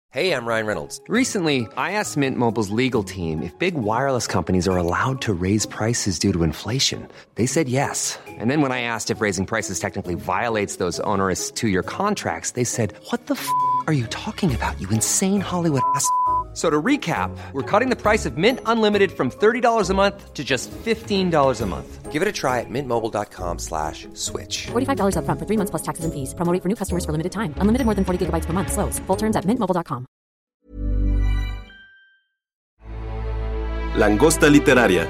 Hey, I'm Ryan Reynolds. Recently, I asked Mint Mobile's legal team if big wireless companies are allowed to raise prices due to inflation. They said yes. And then when I asked if raising prices technically violates those onerous two-year contracts, they said, "What the f*** are you talking about, you insane Hollywood ass?" So to recap, we're cutting the price of Mint Unlimited from $30 a month to just $15 a month. Give it a try at mintmobile.com/switch. $45 up front for 3 months plus taxes and fees. Promo rate for new customers for limited time. Unlimited more than 40 gigabytes per month. Slows full terms at mintmobile.com. Langosta Literaria.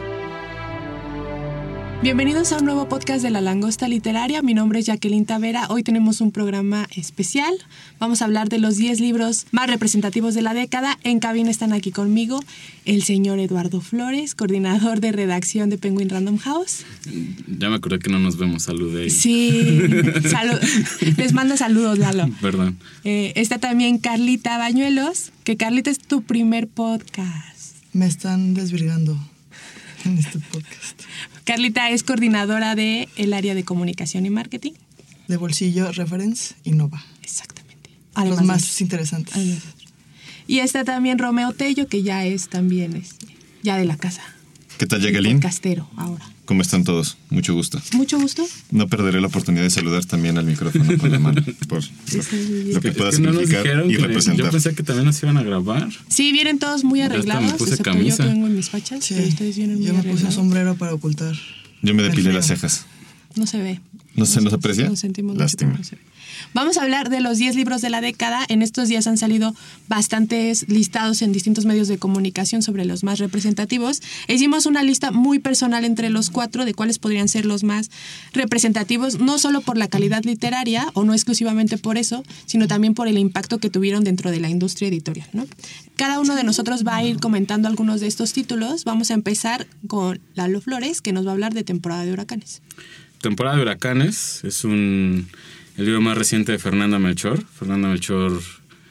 Bienvenidos a un nuevo podcast de La Langosta Literaria. Mi nombre es Jacqueline Tavera. Hoy tenemos un programa especial. Vamos a hablar de los 10 libros más representativos de la década. En cabina están aquí conmigo el señor Eduardo Flores, coordinador de redacción de Penguin Random House. Ya me acordé que no nos vemos, saludé. Sí, les mando saludos, Lalo. Perdón. Está también Carlita Bañuelos, que Carlita es tu primer podcast. Me están desvirgando en este podcast. Carlita es coordinadora de el área de comunicación y marketing. De Bolsillo, Reference y Nova. Exactamente. Además los más interesantes. Además. Y está también Romeo Tello, que ya es también ya de la casa. ¿Qué tal, Jacqueline? Podcastero ahora. ¿Cómo están todos? Mucho gusto. Mucho gusto. No perderé la oportunidad de saludar también al micrófono con la mano por lo que pueda significar y representar. Yo pensé que también nos iban a grabar. Sí, vienen todos muy arreglados. Me puse camisa. Yo tengo en mis fachas, sí, pero ustedes vienen muy arreglados. Yo me puse un sombrero para ocultar. Yo me depilé las cejas. No se ve. ¿No se nos aprecia? Nos sentimos lástima. Mucho, Vamos a hablar de los 10 libros de la década. En estos días han salido bastantes listados en distintos medios de comunicación sobre los más representativos. Hicimos una lista muy personal entre los 4 de cuáles podrían ser los más representativos, no solo por la calidad literaria, o no exclusivamente por eso, sino también por el impacto que tuvieron dentro de la industria editorial, ¿no? Cada uno de nosotros va a ir comentando algunos de estos títulos. Vamos a empezar con Lalo Flores, que nos va a hablar de Temporada de Huracanes. Temporada de Huracanes es el libro más reciente de Fernanda Melchor. Fernanda Melchor,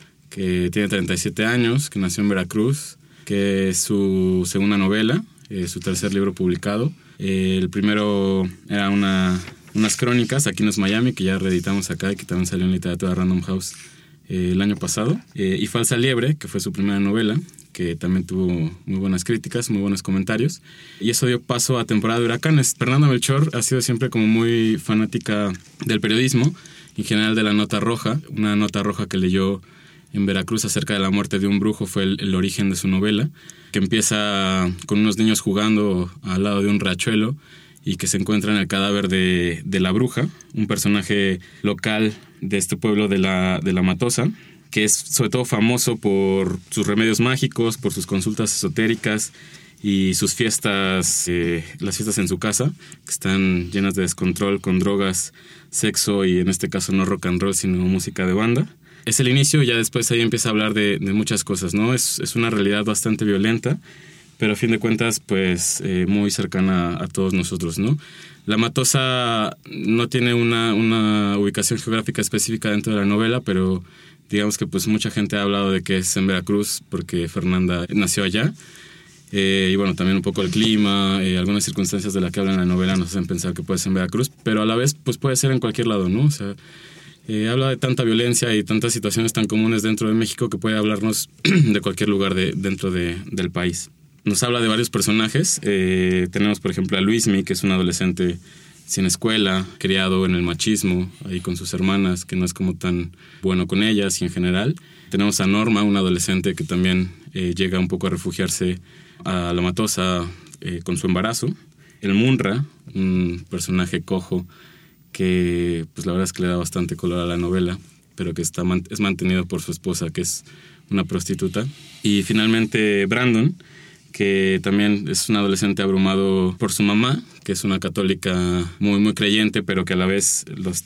que tiene 37 años, que nació en Veracruz, que es su segunda novela, su tercer libro publicado. El primero era unas crónicas, Aquí no es Miami, que ya reeditamos acá y que también salió en Literatura Random House el año pasado. Y Falsa Liebre, que fue su primera novela, que también tuvo muy buenas críticas, muy buenos comentarios. Y eso dio paso a Temporada de Huracanes. Fernanda Melchor ha sido siempre como muy fanática del periodismo, en general de la nota roja. Una nota roja que leyó en Veracruz acerca de la muerte de un brujo fue el origen de su novela, que empieza con unos niños jugando al lado de un riachuelo y que se encuentran el cadáver de la bruja, un personaje local de este pueblo de la Matosa, que es sobre todo famoso por sus remedios mágicos, por sus consultas esotéricas y sus fiestas, las fiestas en su casa, que están llenas de descontrol con drogas, sexo y en este caso no rock and roll, sino música de banda. Es el inicio y ya después ahí empieza a hablar de muchas cosas, ¿no? Es una realidad bastante violenta, pero a fin de cuentas, pues, muy cercana a todos nosotros, ¿no? La Matosa no tiene una ubicación geográfica específica dentro de la novela, pero digamos que pues mucha gente ha hablado de que es en Veracruz porque Fernanda nació allá. Y bueno, también un poco el clima, algunas circunstancias de las que habla en la novela nos hacen pensar que puede ser en Veracruz, pero a la vez pues puede ser en cualquier lado, ¿no? O sea, habla de tanta violencia y tantas situaciones tan comunes dentro de México que puede hablarnos de cualquier lugar dentro del país. Nos habla de varios personajes. Tenemos, por ejemplo, a Luismi, que es un adolescente sin escuela, criado en el machismo, ahí con sus hermanas, que no es como tan bueno con ellas y en general. Tenemos a Norma, una adolescente que también llega un poco a refugiarse a la Matosa con su embarazo. El Munra, un personaje cojo que pues la verdad es que le da bastante color a la novela, pero que es mantenido por su esposa, que es una prostituta. Y finalmente Brandon, que también es un adolescente abrumado por su mamá, que es una católica muy, muy creyente, pero que a la vez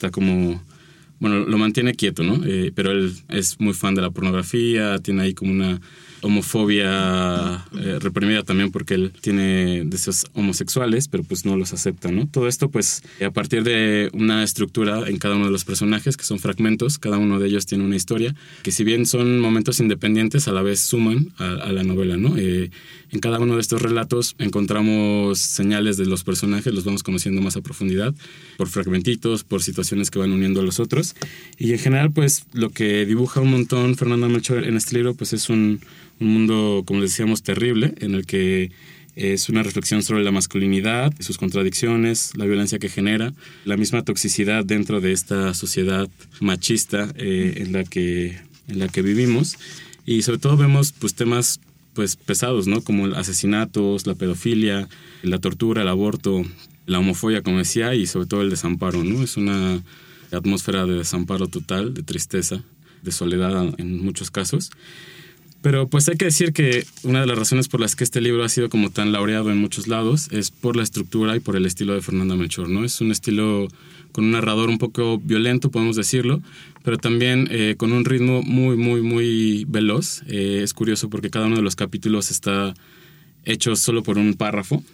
lo mantiene quieto, ¿no? Pero él es muy fan de la pornografía, tiene ahí como una homofobia reprimida también porque él tiene deseos homosexuales, pero pues no los acepta, ¿no? Todo esto pues a partir de una estructura en cada uno de los personajes, que son fragmentos, cada uno de ellos tiene una historia, que si bien son momentos independientes, a la vez suman a la novela, ¿no? En cada uno de estos relatos encontramos señales de los personajes, los vamos conociendo más a profundidad, por fragmentitos, por situaciones que van uniendo a los otros, demás. Y en general, pues, lo que dibuja un montón Fernanda Melchor en este libro, pues es un mundo, como decíamos, terrible, en el que es una reflexión sobre la masculinidad, sus contradicciones, la violencia que genera, la misma toxicidad dentro de esta sociedad machista en la que vivimos. Y sobre todo vemos pues temas pues pesados, ¿no? Como asesinatos, la pedofilia, la tortura, el aborto, la homofobia, como decía, y sobre todo el desamparo, ¿no? Es una atmósfera de desamparo total, de tristeza, de soledad en muchos casos. Pero pues hay que decir que una de las razones por las que este libro ha sido como tan laureado en muchos lados es por la estructura y por el estilo de Fernanda Melchor, ¿no? Es un estilo con un narrador un poco violento, podemos decirlo, pero también con un ritmo muy, muy, muy veloz. Es curioso porque cada uno de los capítulos está hecho solo por un párrafo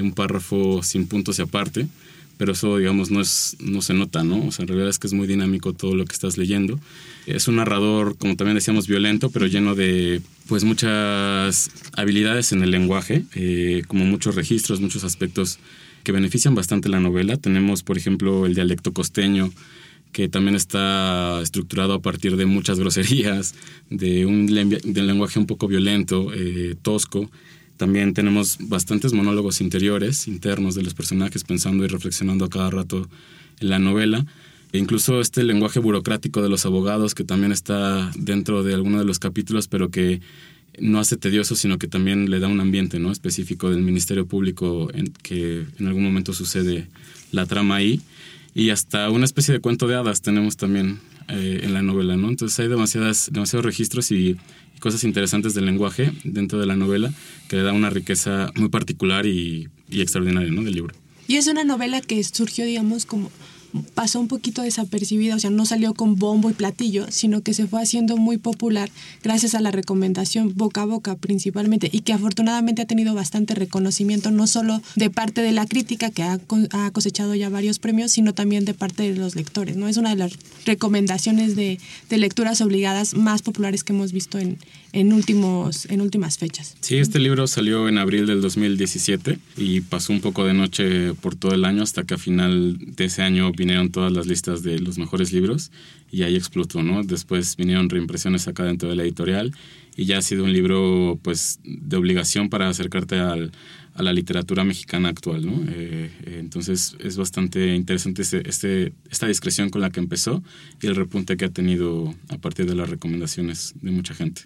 sin puntos y aparte, pero eso, digamos, no se nota, ¿no? O sea, en realidad es que es muy dinámico todo lo que estás leyendo. Es un narrador, como también decíamos, violento, pero lleno de, pues, muchas habilidades en el lenguaje, como muchos registros, muchos aspectos que benefician bastante la novela. Tenemos, por ejemplo, el dialecto costeño, que también está estructurado a partir de muchas groserías, de un lenguaje un poco violento, tosco. También tenemos bastantes monólogos internos de los personajes pensando y reflexionando a cada rato en la novela. E incluso este lenguaje burocrático de los abogados que también está dentro de alguno de los capítulos, pero que no hace tedioso, sino que también le da un ambiente, ¿no?, específico del Ministerio Público que en algún momento sucede la trama ahí. Y hasta una especie de cuento de hadas tenemos también en la novela, ¿no? Entonces hay demasiados registros y cosas interesantes del lenguaje dentro de la novela que le da una riqueza muy particular y extraordinaria, ¿no?, del libro. Y es una novela que surgió, digamos, como pasó un poquito desapercibida, o sea, no salió con bombo y platillo, sino que se fue haciendo muy popular gracias a la recomendación boca a boca principalmente, y que afortunadamente ha tenido bastante reconocimiento, no solo de parte de la crítica, que ha cosechado ya varios premios, sino también de parte de los lectores, ¿no? Es una de las recomendaciones de lecturas obligadas más populares que hemos visto en últimas fechas. Sí, este libro salió en abril del 2017 y pasó un poco de noche por todo el año hasta que a final de ese año vinieron todas las listas de los mejores libros y ahí explotó, ¿no? Después vinieron reimpresiones acá dentro de la editorial y ya ha sido un libro, pues, de obligación para acercarte a la literatura mexicana actual, ¿no? Entonces es bastante interesante esta discreción con la que empezó y el repunte que ha tenido a partir de las recomendaciones de mucha gente.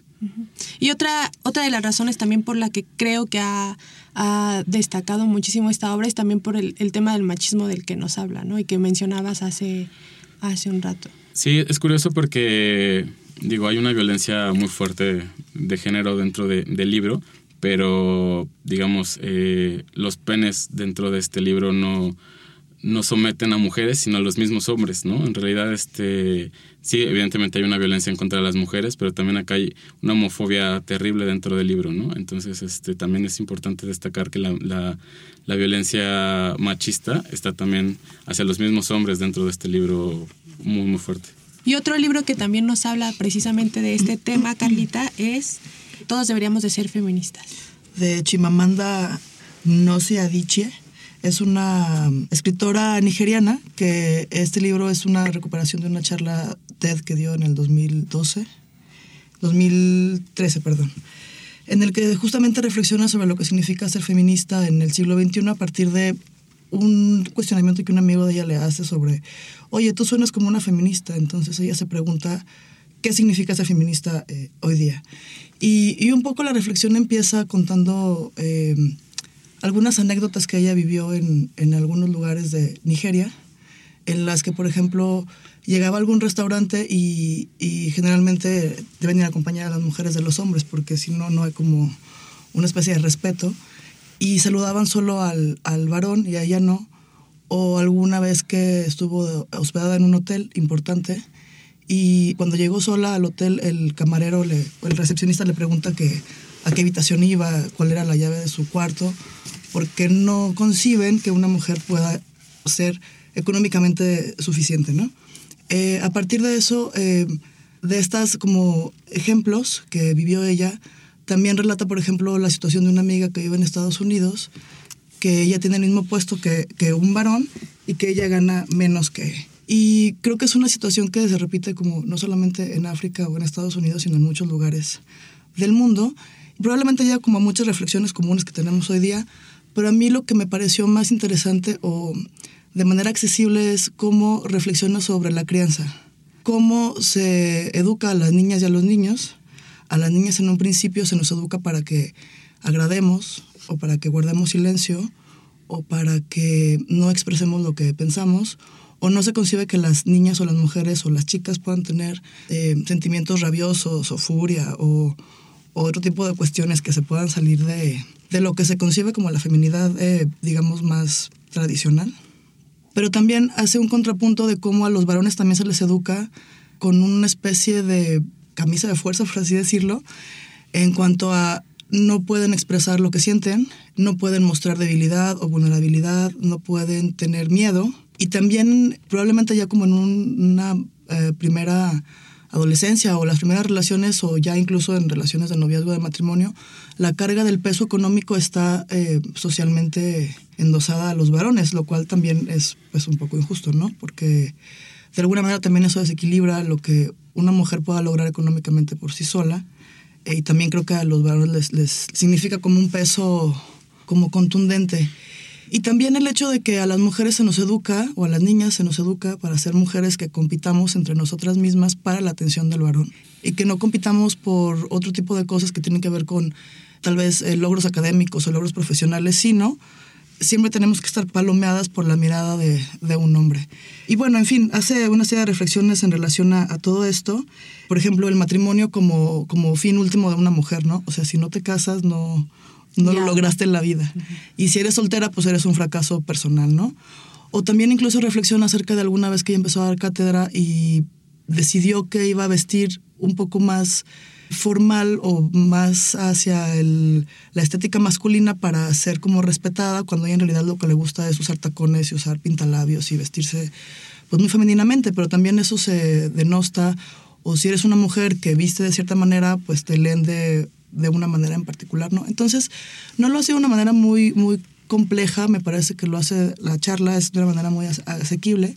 Y otra de las razones también por la que creo que ha destacado muchísimo esta obra es también por el tema del machismo del que nos habla, ¿no? Y que mencionabas hace un rato. Sí, es curioso porque, hay una violencia muy fuerte de género dentro del libro, pero, los penes dentro de este libro no someten a mujeres, sino a los mismos hombres, ¿no? En realidad, sí, evidentemente hay una violencia en contra de las mujeres, pero también acá hay una homofobia terrible dentro del libro, ¿no? Entonces, también es importante destacar que la violencia machista está también hacia los mismos hombres dentro de este libro muy, muy fuerte. Y otro libro que también nos habla precisamente de este tema, Carlita, es Todos deberíamos de ser feministas. De Chimamanda Ngozi Adichie. Es una escritora nigeriana que este libro es una recuperación de una charla TED que dio en el 2013, en el que justamente reflexiona sobre lo que significa ser feminista en el siglo XXI a partir de un cuestionamiento que un amigo de ella le hace sobre, oye, tú suenas como una feminista. Entonces ella se pregunta, ¿qué significa ser feminista hoy día? Y un poco la reflexión empieza contando algunas anécdotas que ella vivió en algunos lugares de Nigeria, en las que, por ejemplo, llegaba a algún restaurante y generalmente deben ir a acompañar a las mujeres de los hombres, porque si no, no hay como una especie de respeto, y saludaban solo al varón y a ella no, o alguna vez que estuvo hospedada en un hotel importante y cuando llegó sola al hotel, el camarero o el recepcionista le pregunta a qué habitación iba, cuál era la llave de su cuarto, porque no conciben que una mujer pueda ser económicamente suficiente, ¿no? A partir de eso, de estas como ejemplos que vivió ella, también relata, por ejemplo, la situación de una amiga que vive en Estados Unidos, que ella tiene el mismo puesto que un varón y que ella gana menos que Y creo que es una situación que se repite como no solamente en África o en Estados Unidos, sino en muchos lugares del mundo. Probablemente ya como muchas reflexiones comunes que tenemos hoy día, pero a mí lo que me pareció más interesante o de manera accesible es cómo reflexiona sobre la crianza. Cómo se educa a las niñas y a los niños. A las niñas en un principio se nos educa para que agrademos o para que guardemos silencio o para que no expresemos lo que pensamos, o no se concibe que las niñas o las mujeres o las chicas puedan tener sentimientos rabiosos o furia o otro tipo de cuestiones que se puedan salir de lo que se concibe como la feminidad, digamos, más tradicional. Pero también hace un contrapunto de cómo a los varones también se les educa con una especie de camisa de fuerza, por así decirlo, en cuanto a no pueden expresar lo que sienten, no pueden mostrar debilidad o vulnerabilidad, no pueden tener miedo. Y también probablemente ya como en una primera adolescencia o las primeras relaciones o ya incluso en relaciones de noviazgo, de matrimonio, la carga del peso económico está socialmente endosada a los varones, lo cual también es pues un poco injusto, ¿no? Porque de alguna manera también eso desequilibra lo que una mujer pueda lograr económicamente por sí sola, y también creo que a los varones les significa como un peso como contundente. Y también el hecho de que a las mujeres se nos educa, o a las niñas se nos educa para ser mujeres que compitamos entre nosotras mismas para la atención del varón. Y que no compitamos por otro tipo de cosas que tienen que ver con tal vez logros académicos o logros profesionales, sino siempre tenemos que estar palomeadas por la mirada de un hombre. Y bueno, en fin, hace una serie de reflexiones en relación a todo esto. Por ejemplo, el matrimonio como fin último de una mujer, ¿no? O sea, si no te casas, no lo lograste en la vida. Uh-huh. Y si eres soltera, pues eres un fracaso personal, ¿no? O también incluso reflexiona acerca de alguna vez que ella empezó a dar cátedra y decidió que iba a vestir un poco más formal o más hacia la estética masculina para ser como respetada, cuando ella en realidad lo que le gusta es usar tacones y usar pintalabios y vestirse pues muy femeninamente, pero también eso se denosta. O si eres una mujer que viste de cierta manera, pues te leen de una manera en particular, ¿no? Entonces, no lo hace de una manera muy, muy compleja, me parece que lo hace, la charla es de una manera muy asequible.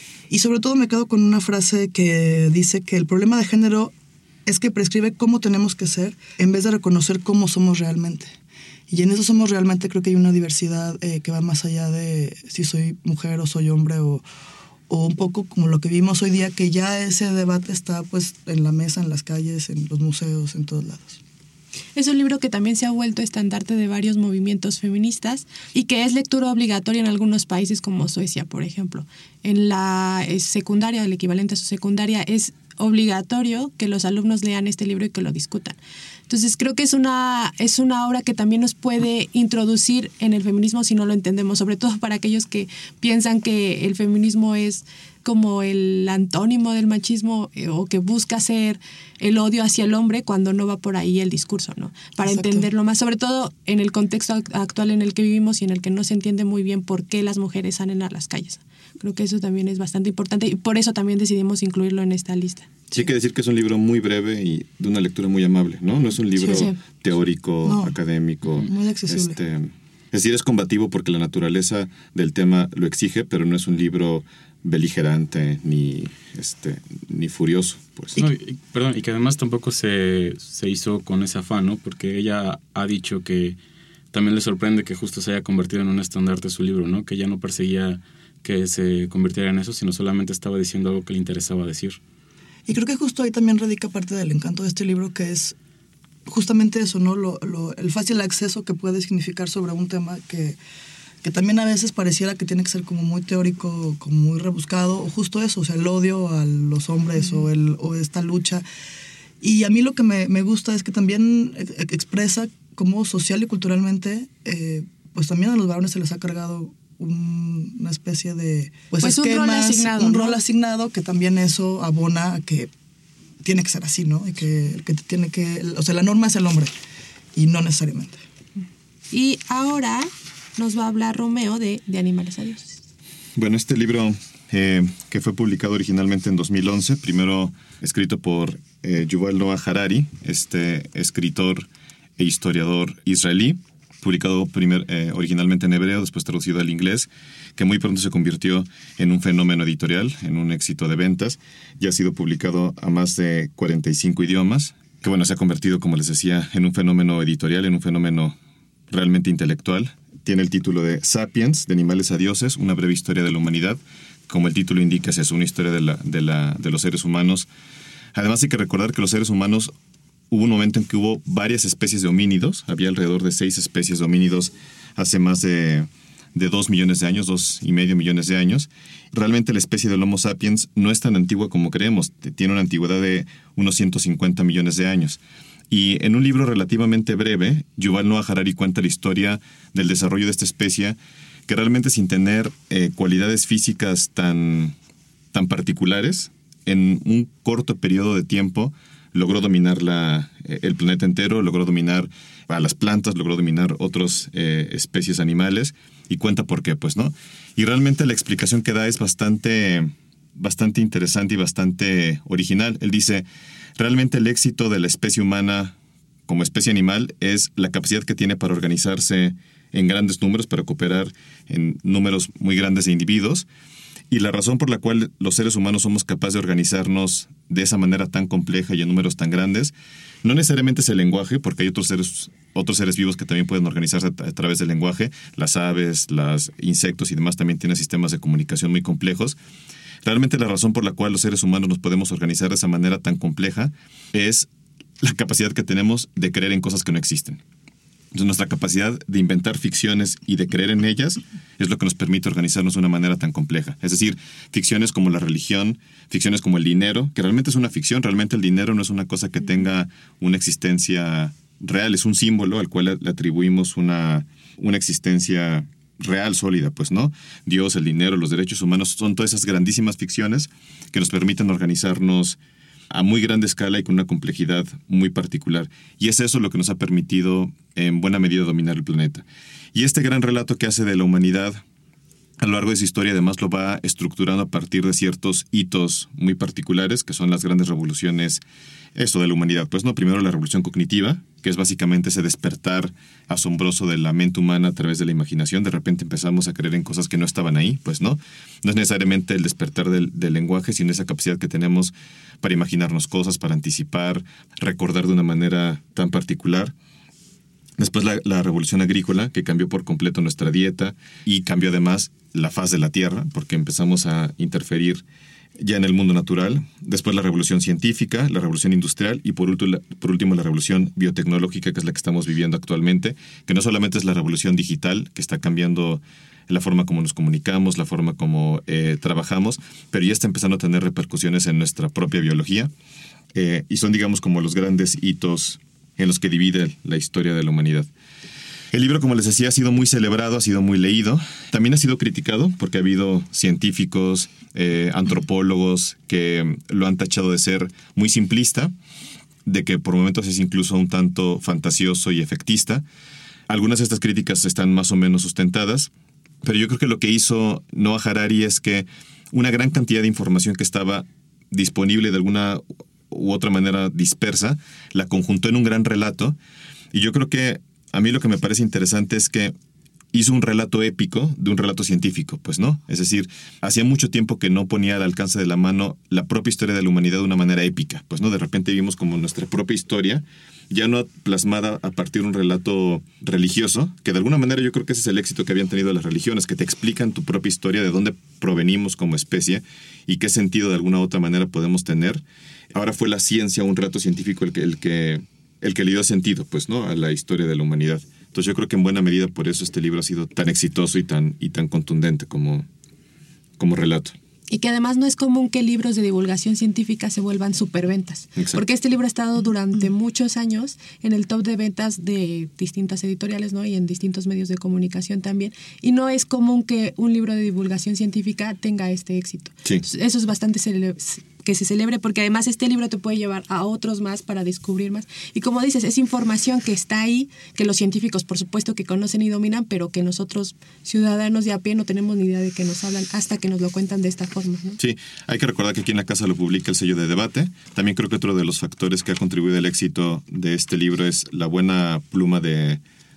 Y sobre todo me quedo con una frase que dice que el problema de género es que prescribe cómo tenemos que ser en vez de reconocer cómo somos realmente. Y en eso somos realmente, creo que hay una diversidad que va más allá de si soy mujer o soy hombre o un poco como lo que vimos hoy día, que ya ese debate está pues en la mesa, en las calles, en los museos, en todos lados. Es un libro que también se ha vuelto estandarte de varios movimientos feministas y que es lectura obligatoria en algunos países como Suecia, por ejemplo. En la secundaria, el equivalente a su secundaria, es obligatorio que los alumnos lean este libro y que lo discutan. Entonces creo que es una obra que también nos puede introducir en el feminismo si no lo entendemos, sobre todo para aquellos que piensan que el feminismo es como el antónimo del machismo o que busca ser el odio hacia el hombre cuando no va por ahí el discurso, ¿no? Para Exacto. entenderlo más, sobre todo en el contexto actual en el que vivimos y en el que no se entiende muy bien por qué las mujeres salen a las calles. Creo que eso también es bastante importante y por eso también decidimos incluirlo en esta lista. Sí, hay que decir que es un libro muy breve y de una lectura muy amable, ¿no? No es un libro teórico, académico. Muy accesible. Es decir, es combativo porque la naturaleza del tema lo exige, pero no es un libro beligerante ni furioso. Pues. No, y que además tampoco se hizo con ese afán, ¿no? Porque ella ha dicho que también le sorprende que justo se haya convertido en un estandarte su libro, ¿no? Que ella no perseguía que se convirtiera en eso, sino solamente estaba diciendo algo que le interesaba decir. Y creo que justo ahí también radica parte del encanto de este libro, que es justamente eso, ¿no? El fácil acceso que puede significar sobre un tema que también a veces pareciera que tiene que ser como muy teórico, como muy rebuscado, o justo eso, o sea, el odio a los hombres o esta lucha. Y a mí lo que me gusta es que también expresa cómo social y culturalmente, pues también a los varones se les ha cargado una especie de esquemas, un rol asignado, que también eso abona a que tiene que ser así, ¿no? Y que tiene que, o sea, la norma es el hombre y no necesariamente. Y ahora nos va a hablar Romeo de Animales a Dioses. Bueno, este libro que fue publicado originalmente en 2011, primero escrito por Yuval Noah Harari, este escritor e historiador israelí, publicado originalmente en hebreo, después traducido al inglés, que muy pronto se convirtió en un fenómeno editorial, en un éxito de ventas. Ya ha sido publicado a más de 45 idiomas, que bueno, se ha convertido, como les decía, en un fenómeno editorial, en un fenómeno realmente intelectual. Tiene el título de Sapiens, de animales a dioses, una breve historia de la humanidad. Como el título indica, es una historia de los seres humanos. Además hay que recordar que los seres humanos, hubo un momento en que hubo varias especies de homínidos. Había alrededor de 6 especies de homínidos hace más de 2 millones de años, 2,5 millones de años. Realmente la especie del Homo sapiens no es tan antigua como creemos. Tiene una antigüedad de unos 150 millones de años. Y en un libro relativamente breve, Yuval Noah Harari cuenta la historia del desarrollo de esta especie, que realmente sin tener cualidades físicas tan particulares, en un corto periodo de tiempo logró dominar el planeta entero, logró dominar a las plantas, logró dominar otras especies animales, y cuenta por qué, pues, ¿no? Y realmente la explicación que da es bastante interesante y bastante original. Él dice, realmente el éxito de la especie humana como especie animal es la capacidad que tiene para organizarse en grandes números, para cooperar en números muy grandes de individuos. Y la razón por la cual los seres humanos somos capaces de organizarnos de esa manera tan compleja y en números tan grandes, no necesariamente es el lenguaje, porque hay otros seres vivos que también pueden organizarse a través del lenguaje. Las aves, los insectos y demás también tienen sistemas de comunicación muy complejos. Realmente la razón por la cual los seres humanos nos podemos organizar de esa manera tan compleja es la capacidad que tenemos de creer en cosas que no existen. Entonces, nuestra capacidad de inventar ficciones y de creer en ellas es lo que nos permite organizarnos de una manera tan compleja. Es decir, ficciones como la religión, ficciones como el dinero, que realmente es una ficción. Realmente el dinero no es una cosa que tenga una existencia real, es un símbolo al cual le atribuimos una existencia real, sólida, pues, ¿no? Dios, el dinero, los derechos humanos, son todas esas grandísimas ficciones que nos permiten organizarnos a muy grande escala y con una complejidad muy particular. Y es eso lo que nos ha permitido en buena medida dominar el planeta. Y este gran relato que hace de la humanidad a lo largo de su historia además lo va estructurando a partir de ciertos hitos muy particulares, que son las grandes revoluciones de la humanidad. Pues no, primero la revolución cognitiva, que es básicamente ese despertar asombroso de la mente humana a través de la imaginación. De repente empezamos a creer en cosas que no estaban ahí, pues no. No es necesariamente el despertar del lenguaje, sino esa capacidad que tenemos para imaginarnos cosas, para anticipar, recordar de una manera tan particular. Después la revolución agrícola, que cambió por completo nuestra dieta y cambió además la faz de la tierra, porque empezamos a interferir ya en el mundo natural. Después la revolución científica, la revolución industrial y por último la revolución biotecnológica, que es la que estamos viviendo actualmente, que no solamente es la revolución digital, que está cambiando la forma como nos comunicamos, la forma como trabajamos, pero ya está empezando a tener repercusiones en nuestra propia biología y son, digamos, como los grandes hitos en los que divide la historia de la humanidad. El libro, como les decía, ha sido muy celebrado, ha sido muy leído. También ha sido criticado porque ha habido científicos, antropólogos que lo han tachado de ser muy simplista, de que por momentos es incluso un tanto fantasioso y efectista. Algunas de estas críticas están más o menos sustentadas, pero yo creo que lo que hizo Noah Harari es que una gran cantidad de información que estaba disponible de alguna u otra manera dispersa, la conjuntó en un gran relato. Y yo creo que a mí lo que me parece interesante es que hizo un relato épico de un relato científico, pues no. Es decir, hacía mucho tiempo que no ponía al alcance de la mano la propia historia de la humanidad de una manera épica, pues no. De repente vimos como nuestra propia historia, ya no plasmada a partir de un relato religioso, que de alguna manera yo creo que ese es el éxito que habían tenido las religiones, que te explican tu propia historia, de dónde provenimos como especie y qué sentido de alguna u otra manera podemos tener. Ahora fue la ciencia, un relato científico el que le dio sentido, pues, ¿no?, a la historia de la humanidad. Entonces yo creo que en buena medida por eso este libro ha sido tan exitoso y tan contundente como relato. Y que además no es común que libros de divulgación científica se vuelvan superventas. Exacto. Porque este libro ha estado durante muchos años en el top de ventas de distintas editoriales, ¿no? Y en distintos medios de comunicación también. Y no es común que un libro de divulgación científica tenga este éxito. Sí. Eso es bastante que se celebre, porque además este libro te puede llevar a otros más para descubrir más. Y como dices, es información que está ahí, que los científicos por supuesto que conocen y dominan, pero que nosotros, ciudadanos de a pie, no tenemos ni idea de que nos hablan hasta que nos lo cuentan de esta forma, ¿no? Sí, hay que recordar que aquí en la casa lo publica el sello de Debate. También creo que otro de los factores que ha contribuido al éxito de este libro es la buena pluma de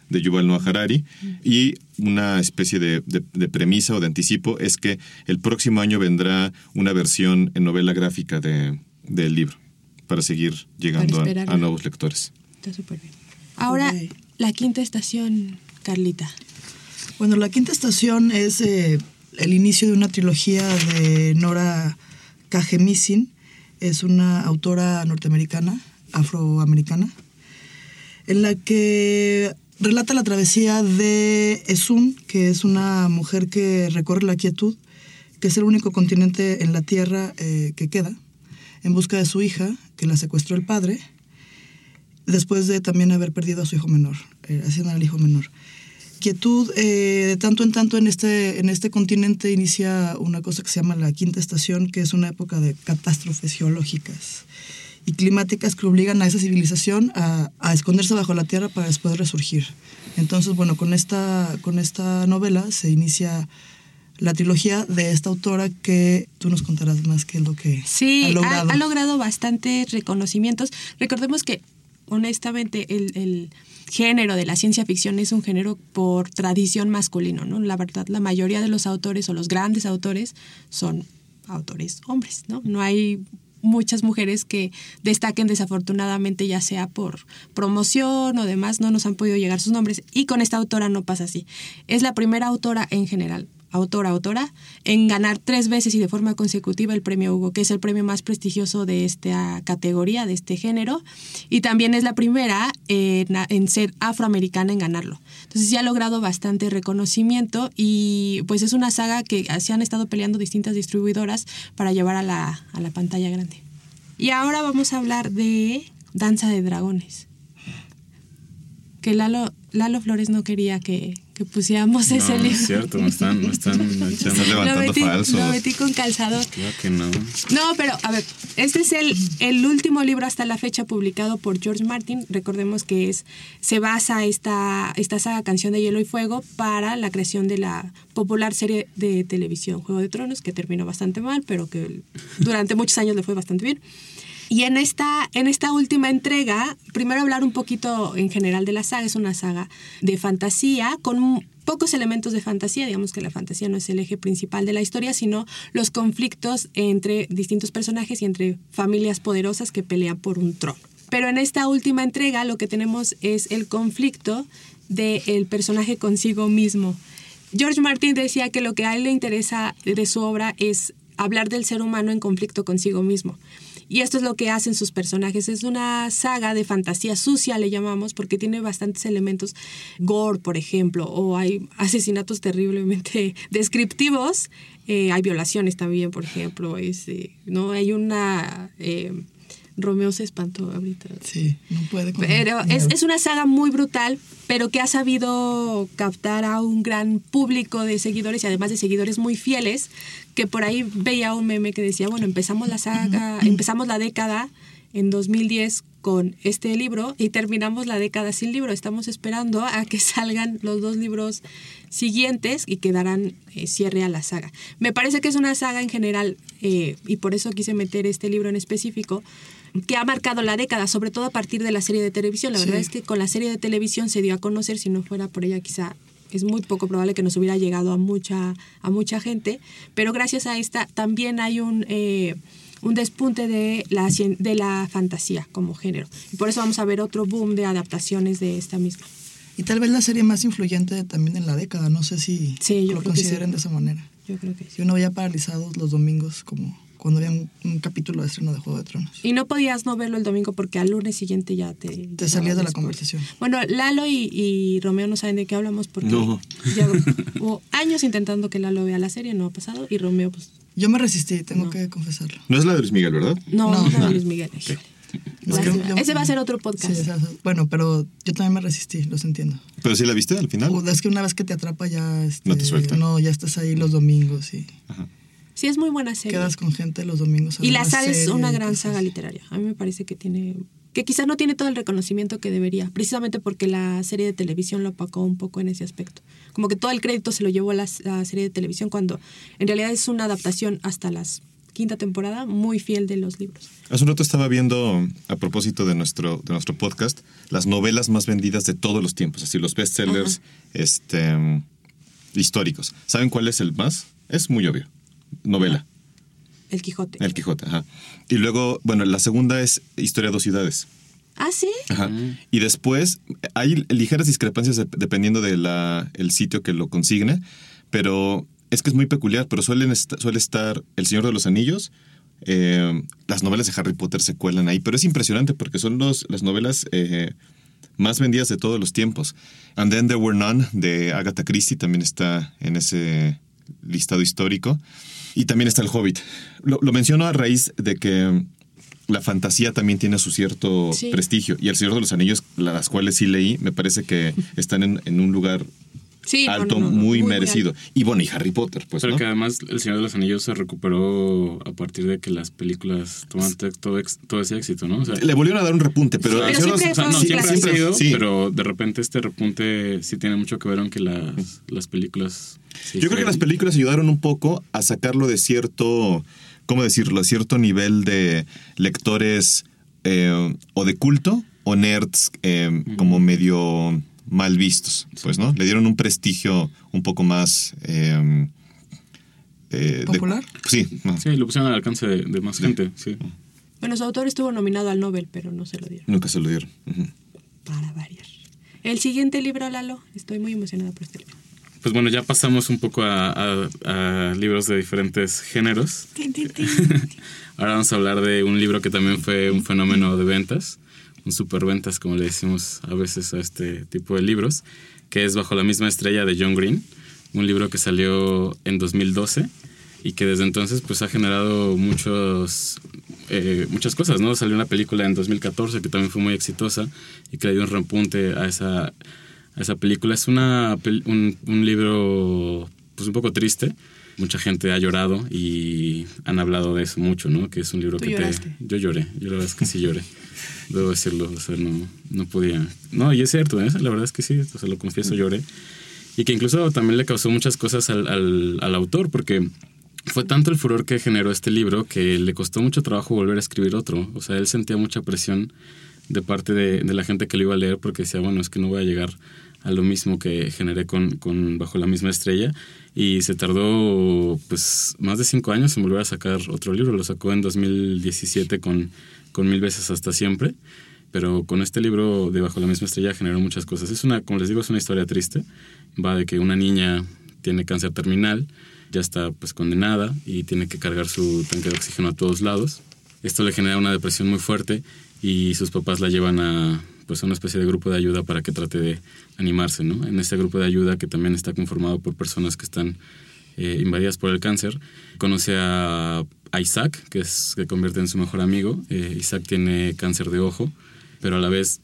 de Yuval Noah Harari, y una especie de premisa o de anticipo es que el próximo año vendrá una versión en novela gráfica del libro, para seguir llegando a nuevos lectores. Está súper bien. Ahora, la quinta estación, Carlita. Bueno, la quinta estación es el inicio de una trilogía de Nora K. Jemisin. Es una autora norteamericana, afroamericana, en la que relata la travesía de Esun, que es una mujer que recorre la quietud, que es el único continente en la Tierra que queda, en busca de su hija, que la secuestró el padre, después de también haber perdido a su hijo menor, haciendo al hijo menor. Quietud, de tanto en tanto en este continente inicia una cosa que se llama la quinta estación, que es una época de catástrofes geológicas y climáticas que obligan a esa civilización a esconderse bajo la tierra para después resurgir. Entonces, bueno, con esta novela se inicia la trilogía de esta autora, que tú nos contarás más qué es lo que ha logrado. Ha logrado bastantes reconocimientos. Recordemos que, honestamente, el género de la ciencia ficción es un género por tradición masculino, ¿no? La verdad, la mayoría de los autores o los grandes autores son autores hombres, ¿no? No hay muchas mujeres que destaquen, desafortunadamente, ya sea por promoción o demás, no nos han podido llegar sus nombres, y con esta autora no pasa así. Es la primera autora en general, autora, en ganar 3 veces y de forma consecutiva el premio Hugo, que es el premio más prestigioso de esta categoría, de este género, y también es la primera en ser afroamericana en ganarlo. Entonces ya ha logrado bastante reconocimiento, y pues es una saga que se han estado peleando distintas distribuidoras para llevar a la pantalla grande. Y ahora vamos a hablar de Danza de Dragones, que Lalo Flores no quería que pusiéramos ese libro. No, es cierto, me están echando. Estás levantando falsos. Lo metí con calzador. Claro que no. No, pero a ver, este es el último libro hasta la fecha publicado por George Martin. Recordemos que se basa esta saga Canción de Hielo y Fuego para la creación de la popular serie de televisión Juego de Tronos, que terminó bastante mal, pero que durante muchos años le fue bastante bien. Y en esta última entrega, primero hablar un poquito en general de la saga. Es una saga de fantasía con pocos elementos de fantasía. Digamos que la fantasía no es el eje principal de la historia, sino los conflictos entre distintos personajes y entre familias poderosas que pelean por un trono. Pero en esta última entrega lo que tenemos es el conflicto del personaje consigo mismo. George Martin decía que lo que a él le interesa de su obra es hablar del ser humano en conflicto consigo mismo. Y esto es lo que hacen sus personajes. Es una saga de fantasía sucia, le llamamos, porque tiene bastantes elementos gore, por ejemplo, o hay asesinatos terriblemente descriptivos. Hay violaciones también, por ejemplo. ¿No? Hay una... Romeo se espantó ahorita. Sí, no puede. Pero es una saga muy brutal, pero que ha sabido captar a un gran público de seguidores, y además de seguidores muy fieles, que por ahí veía un meme que decía, bueno, empezamos la década en 2010 con este libro y terminamos la década sin libro. Estamos esperando a que salgan los 2 libros siguientes y que darán cierre a la saga. Me parece que es una saga en general, y por eso quise meter este libro en específico, que ha marcado la década, sobre todo a partir de la serie de televisión. La verdad es que con la serie de televisión se dio a conocer. Si no fuera por ella, quizá es muy poco probable que nos hubiera llegado a mucha gente, pero gracias a esta también hay un despunte de la fantasía como género. Y por eso vamos a ver otro boom de adaptaciones de esta misma. Y tal vez la serie más influyente también en la década, no sé si lo consideren de esa manera. Yo creo que sí. Y uno veía paralizados los domingos, como cuando había un capítulo de estreno de Juego de Tronos. Y no podías no verlo el domingo porque al lunes siguiente ya te salías de la conversación. Bueno, Lalo y Romeo no saben de qué hablamos porque ya hubo años intentando que Lalo vea la serie, no ha pasado, y Romeo pues... Yo me resistí, tengo que confesarlo. No es la de Luis Miguel, ¿verdad? No, es la de Luis Miguel. Okay. Ese va a ser otro podcast. Sí, bueno, pero yo también me resistí, los entiendo. ¿Pero sí la viste al final? Es que una vez que te atrapa ya... no te suelta. No, ya estás ahí los domingos y... Ajá. Sí, es muy buena serie. Quedas con gente los domingos. Y la saga es una gran saga literaria. A mí me parece que quizás no tiene todo el reconocimiento que debería, precisamente porque la serie de televisión lo opacó un poco en ese aspecto. Como que todo el crédito se lo llevó a la serie de televisión, cuando en realidad es una adaptación hasta las quinta temporada, muy fiel de los libros. Hace un rato estaba viendo, a propósito de nuestro podcast, las novelas más vendidas de todos los tiempos, así los bestsellers históricos. ¿Saben cuál es el más? Es muy obvio. Novela. El Quijote. El Quijote, ajá. Y luego, bueno, la segunda es Historia de dos ciudades. ¿Ah, sí? Ajá. Y después hay ligeras discrepancias dependiendo de el sitio que lo consigne, pero es que es muy peculiar, pero suele estar El Señor de los Anillos, las novelas de Harry Potter se cuelan ahí, pero es impresionante porque son las novelas más vendidas de todos los tiempos. And Then There Were None, de Agatha Christie, también está en ese listado histórico. Y también está El Hobbit. Lo menciono a raíz de que la fantasía también tiene su cierto prestigio. Y El Señor de los Anillos, las cuales sí leí, me parece que están en un lugar alto, muy merecido. Alto. Y bueno, y Harry Potter, pues, pero que además El Señor de los Anillos se recuperó a partir de que las películas toman todo ese éxito, ¿no? O sea, le volvieron a dar un repunte, pero siempre ha sido, pero de repente este repunte sí tiene mucho que ver con que las películas... Yo creo que las películas ayudaron un poco a sacarlo de cierto, ¿cómo decirlo?, cierto nivel de lectores o de culto o nerds como medio mal vistos, pues, ¿no? Le dieron un prestigio un poco más... ¿popular? Sí. No. Sí, lo pusieron al alcance de más gente, sí. Bueno, su autor estuvo nominado al Nobel, pero no se lo dieron. Nunca se lo dieron. Para variar. El siguiente libro, Lalo. Estoy muy emocionada por este libro. Pues bueno, ya pasamos un poco a libros de diferentes géneros. Ahora vamos a hablar de un libro que también fue un fenómeno de ventas, un superventas, como le decimos a veces a este tipo de libros, que es Bajo la misma estrella de John Green, un libro que salió en 2012 y que desde entonces pues ha generado muchas cosas, ¿no? Salió una película en 2014 que también fue muy exitosa y que le dio un repunte a esa película. Es un libro pues un poco triste. Mucha gente ha llorado y han hablado de eso mucho, ¿no? Que es un libro ¿Tú que lloraste? Yo lloré, yo la verdad es que sí lloré. Debo decirlo, o sea, no podía. No, y es cierto, la verdad es que sí, o sea, lo confieso, lloré. Y que incluso también le causó muchas cosas al autor, porque fue tanto el furor que generó este libro que le costó mucho trabajo volver a escribir otro. O sea, él sentía mucha presión de parte de la gente que lo iba a leer, porque decía, bueno, es que no voy a llegar a lo mismo que generé con Bajo la misma estrella. Y se tardó pues más de 5 años en volver a sacar otro libro. Lo sacó en 2017 con 1000 veces hasta siempre. Pero con este libro de Bajo la misma estrella generó muchas cosas. Como les digo, es una historia triste. Va de que una niña tiene cáncer terminal, ya está pues condenada y tiene que cargar su tanque de oxígeno a todos lados. Esto le genera una depresión muy fuerte y sus papás la llevan a una especie de grupo de ayuda para que trate de animarse, ¿no? En este grupo de ayuda, que también está conformado por personas que están invadidas por el cáncer, conoce a Isaac, que convierte en su mejor amigo. Isaac tiene cáncer de ojo, pero a la vez,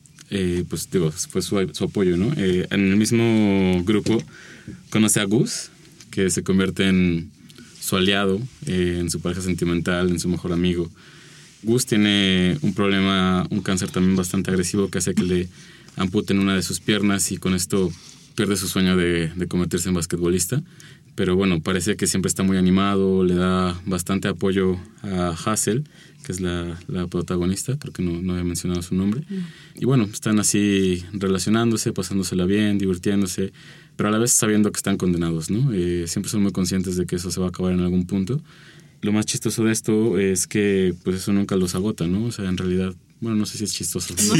fue su apoyo, ¿no? En el mismo grupo conoce a Gus, que se convierte en su aliado, en su pareja sentimental, en su mejor amigo. Gus tiene un cáncer también bastante agresivo que hace que le amputen una de sus piernas y con esto pierde su sueño de convertirse en basquetbolista. Pero bueno, parece que siempre está muy animado, le da bastante apoyo a Hazel, que es la protagonista, creo que no había mencionado su nombre. Y bueno, están así relacionándose, pasándosela bien, divirtiéndose, pero a la vez sabiendo que están condenados, ¿no? Siempre son muy conscientes de que eso se va a acabar en algún punto. Lo más chistoso de esto es que pues eso nunca los agota, ¿no? O sea, en realidad, bueno, no sé si es chistoso. Sí,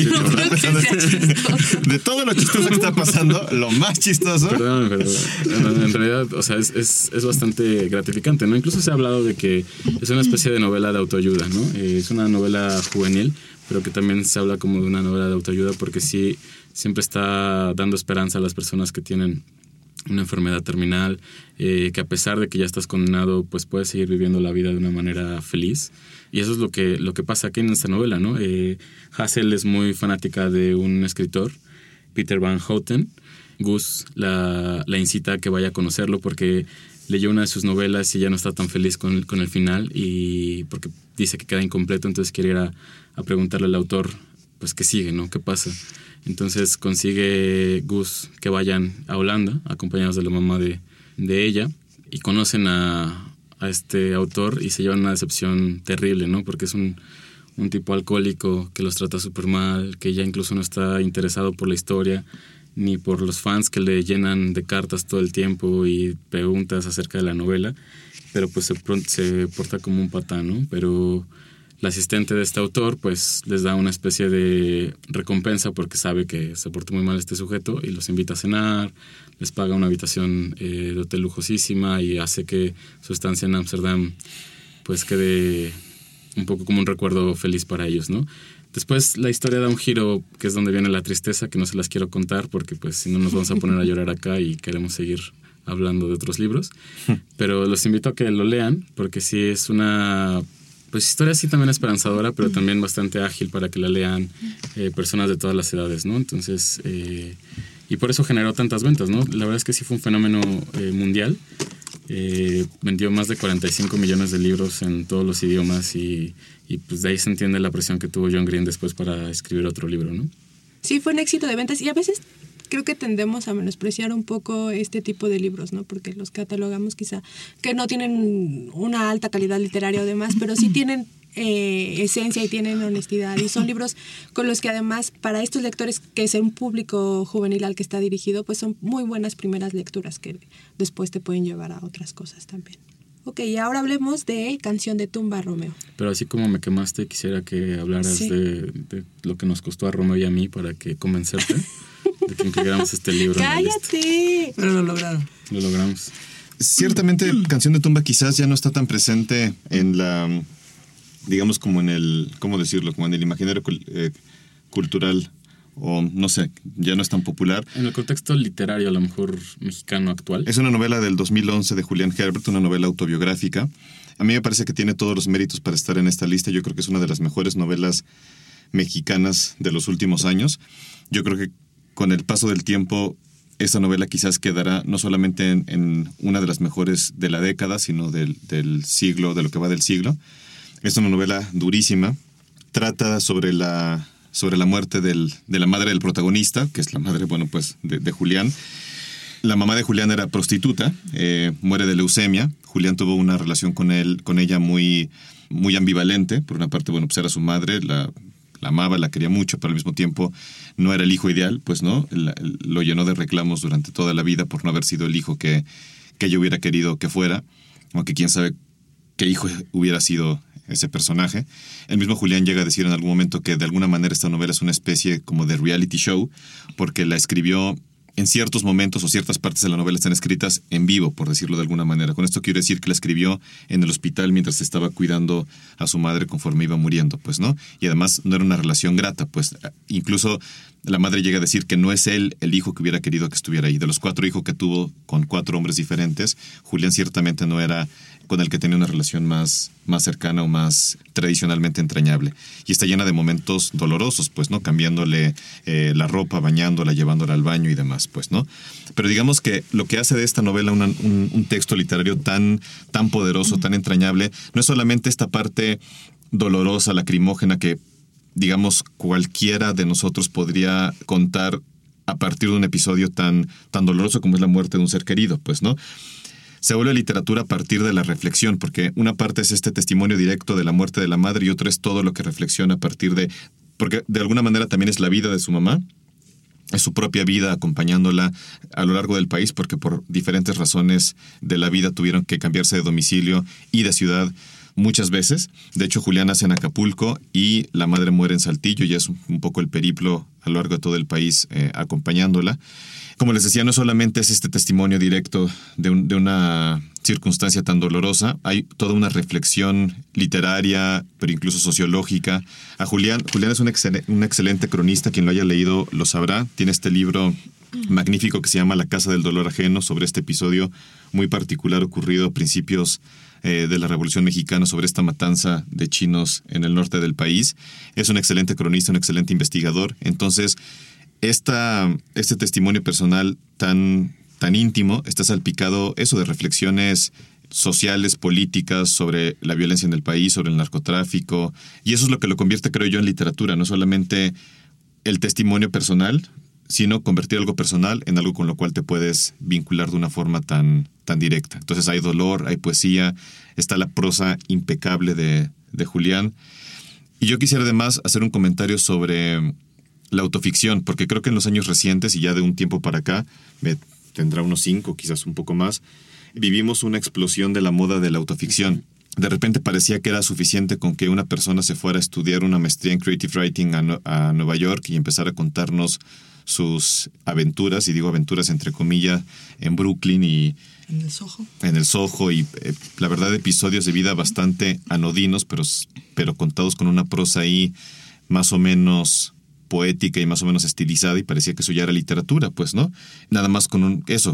de todo lo chistoso que está pasando, lo más chistoso. Perdón, pero en realidad, o sea, es bastante gratificante, ¿no? Incluso se ha hablado de que es una especie de novela de autoayuda, ¿no? Es una novela juvenil, pero que también se habla como de una novela de autoayuda porque sí, siempre está dando esperanza a las personas que tienen una enfermedad terminal, que a pesar de que ya estás condenado, pues puedes seguir viviendo la vida de una manera feliz. Y eso es lo que pasa aquí en esta novela, ¿no? Hazel es muy fanática de un escritor, Peter Van Houten. Gus la incita a que vaya a conocerlo porque leyó una de sus novelas y ya no está tan feliz con el final, y porque dice que queda incompleto, entonces quiere ir a preguntarle al autor, pues, ¿qué sigue, no? ¿Qué pasa? Entonces consigue Gus que vayan a Holanda, acompañados de la mamá de ella, y conocen a a este autor y se llevan una decepción terrible, ¿no? Porque es un tipo alcohólico que los trata súper mal, que ya incluso no está interesado por la historia, ni por los fans que le llenan de cartas todo el tiempo y preguntas acerca de la novela, pero pues se porta como un patán, ¿no? Pero la asistente de este autor pues les da una especie de recompensa porque sabe que se portó muy mal este sujeto y los invita a cenar, les paga una habitación de hotel lujosísima y hace que su estancia en Ámsterdam pues quede un poco como un recuerdo feliz para ellos, ¿no? Después la historia da un giro que es donde viene la tristeza, que no se las quiero contar porque pues si no nos vamos a poner a llorar acá y queremos seguir hablando de otros libros. Pero los invito a que lo lean porque sí es una pues historia así también esperanzadora, pero también bastante ágil para que la lean personas de todas las edades, ¿no? Entonces, y por eso generó tantas ventas, ¿no? La verdad es que sí fue un fenómeno mundial. Vendió más de 45 millones de libros en todos los idiomas y pues de ahí se entiende la presión que tuvo John Green después para escribir otro libro, ¿no? Sí, fue un éxito de ventas y a veces creo que tendemos a menospreciar un poco este tipo de libros, ¿no? Porque los catalogamos quizá que no tienen una alta calidad literaria o demás, pero sí tienen esencia y tienen honestidad y son libros con los que además para estos lectores que es un público juvenil al que está dirigido, pues son muy buenas primeras lecturas que después te pueden llevar a otras cosas también. Ok, y ahora hablemos de Canción de tumba, Romeo. Pero así como me quemaste, quisiera que hablaras de lo que nos costó a Romeo y a mí para que convencerte de que incluyéramos este libro. ¡Cállate! Pero lo lograron. Lo logramos. Ciertamente, Canción de tumba quizás ya no está tan presente en la, digamos, como en el, ¿cómo decirlo? Como en el imaginario cultural, o no sé, ya no es tan popular. En el contexto literario, a lo mejor mexicano actual. Es una novela del 2011 de Julián Herbert, una novela autobiográfica. A mí me parece que tiene todos los méritos para estar en esta lista. Yo creo que es una de las mejores novelas mexicanas de los últimos años. Yo creo que con el paso del tiempo, esta novela quizás quedará no solamente en una de las mejores de la década, sino del siglo, de lo que va del siglo. Es una novela durísima. Trata sobre la muerte de la madre del protagonista, que es la madre, bueno, pues, de Julián. La mamá de Julián era prostituta, muere de leucemia. Julián tuvo una relación con ella muy, muy ambivalente. Por una parte, bueno, pues era su madre, la amaba, la quería mucho, pero al mismo tiempo no era el hijo ideal, pues, ¿no? Lo llenó de reclamos durante toda la vida por no haber sido el hijo que ella hubiera querido que fuera, aunque quién sabe qué hijo hubiera sido ese personaje. El mismo Julián llega a decir en algún momento que de alguna manera esta novela es una especie como de reality show, porque la escribió en ciertos momentos o ciertas partes de la novela están escritas en vivo, por decirlo de alguna manera. Con esto quiero decir que la escribió en el hospital mientras estaba cuidando a su madre conforme iba muriendo, pues, ¿no? Y además no era una relación grata, pues incluso la madre llega a decir que no es él el hijo que hubiera querido que estuviera ahí. De los 4 hijos que tuvo con 4 hombres diferentes, Julián ciertamente no era con el que tenía una relación más cercana o más tradicionalmente entrañable. Y está llena de momentos dolorosos, pues, ¿no? Cambiándole la ropa, bañándola, llevándola al baño y demás, pues, ¿no? Pero digamos que lo que hace de esta novela un texto literario tan poderoso, tan entrañable, no es solamente esta parte dolorosa, lacrimógena que, digamos, cualquiera de nosotros podría contar a partir de un episodio tan doloroso como es la muerte de un ser querido, pues, ¿no? Se vuelve literatura a partir de la reflexión, porque una parte es este testimonio directo de la muerte de la madre y otra es todo lo que reflexiona a partir de... Porque de alguna manera también es la vida de su mamá, es su propia vida acompañándola a lo largo del país, porque por diferentes razones de la vida tuvieron que cambiarse de domicilio y de ciudad muchas veces. De hecho, Julián nace en Acapulco y la madre muere en Saltillo, y es un poco el periplo a lo largo de todo el país acompañándola. Como les decía, no solamente es este testimonio directo de una circunstancia tan dolorosa, hay toda una reflexión literaria, pero incluso sociológica. Julián es un excelente cronista, quien lo haya leído lo sabrá. Tiene este libro magnífico que se llama La Casa del Dolor Ajeno, sobre este episodio muy particular ocurrido a principios de la Revolución Mexicana, sobre esta matanza de chinos en el norte del país. Es un excelente cronista, un excelente investigador. Entonces, este testimonio personal tan íntimo está salpicado eso de reflexiones sociales, políticas, sobre la violencia en el país, sobre el narcotráfico, y eso es lo que lo convierte, creo yo, en literatura, no solamente el testimonio personal, sino convertir algo personal en algo con lo cual te puedes vincular de una forma tan tan directa. Entonces hay dolor, hay poesía, está la prosa impecable de Julián. Y yo quisiera además hacer un comentario sobre la autoficción, porque creo que en los años recientes y ya de un tiempo para acá, tendrá unos 5, quizás un poco más, vivimos una explosión de la moda de la autoficción. De repente parecía que era suficiente con que una persona se fuera a estudiar una maestría en Creative Writing a Nueva York y empezara a contarnos sus aventuras, y digo aventuras entre comillas, en Brooklyn y en el Soho. En el Soho, y la verdad episodios de vida bastante anodinos, pero contados con una prosa ahí más o menos poética y más o menos estilizada, y parecía que eso ya era literatura, pues, ¿no? Nada más con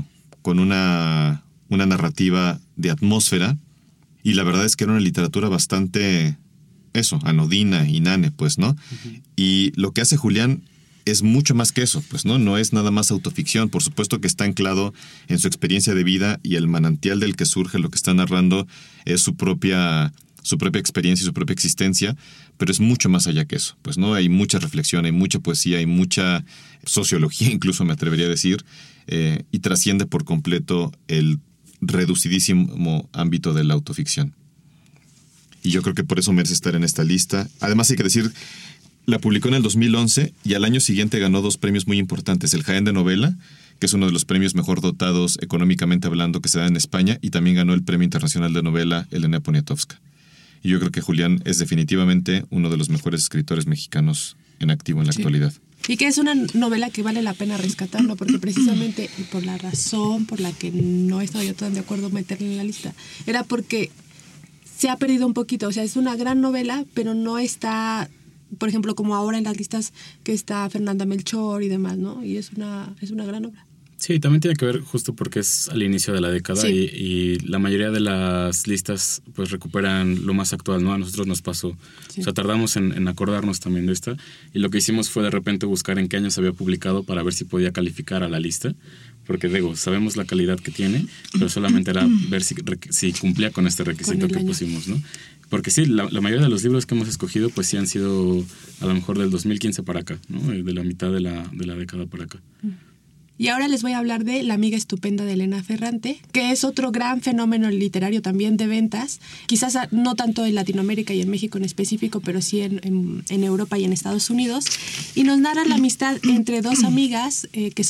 una narrativa de atmósfera. Y la verdad es que era una literatura bastante, anodina, inane, pues, ¿no? Uh-huh. Y lo que hace Julián es mucho más que eso, pues, ¿no? No es nada más autoficción. Por supuesto que está anclado en su experiencia de vida, y el manantial del que surge lo que está narrando es su propia experiencia y su propia existencia, pero es mucho más allá que eso, pues, ¿no? Hay mucha reflexión, hay mucha poesía, hay mucha sociología, incluso me atrevería a decir, y trasciende por completo el reducidísimo ámbito de la autoficción. Y yo creo que por eso merece estar en esta lista. Además hay que decir, la publicó en el 2011 y al año siguiente ganó 2 premios muy importantes. El Jaén de Novela, que es uno de los premios mejor dotados económicamente hablando que se da en España, y también ganó el Premio Internacional de Novela Elena Poniatowska. Y yo creo que Julián es definitivamente uno de los mejores escritores mexicanos en activo en la actualidad. Y que es una novela que vale la pena rescatarlo, porque precisamente por la razón por la que no estaba yo tan de acuerdo meterla en la lista, era porque se ha perdido un poquito. O sea, es una gran novela, pero no está, por ejemplo, como ahora en las listas que está Fernanda Melchor y demás, ¿no? Y es una gran obra. Sí, también tiene que ver justo porque es al inicio de la década, sí. y la mayoría de las listas pues recuperan lo más actual, ¿no? A nosotros nos pasó. Sí. O sea, tardamos en acordarnos también de esta, y lo que hicimos fue de repente buscar en qué año se había publicado para ver si podía calificar a la lista, porque digo, sabemos la calidad que tiene, pero solamente era ver si cumplía con este requisito que pusimos, ¿no? Porque sí, la mayoría de los libros que hemos escogido pues sí han sido a lo mejor del 2015 para acá, ¿no? De la mitad de la década para acá. Y ahora les voy a hablar de La amiga estupenda de Elena Ferrante, que es otro gran fenómeno literario también de ventas, quizás no tanto en Latinoamérica y en México en específico, pero sí en Europa y en Estados Unidos, y nos narra la amistad entre 2 amigas que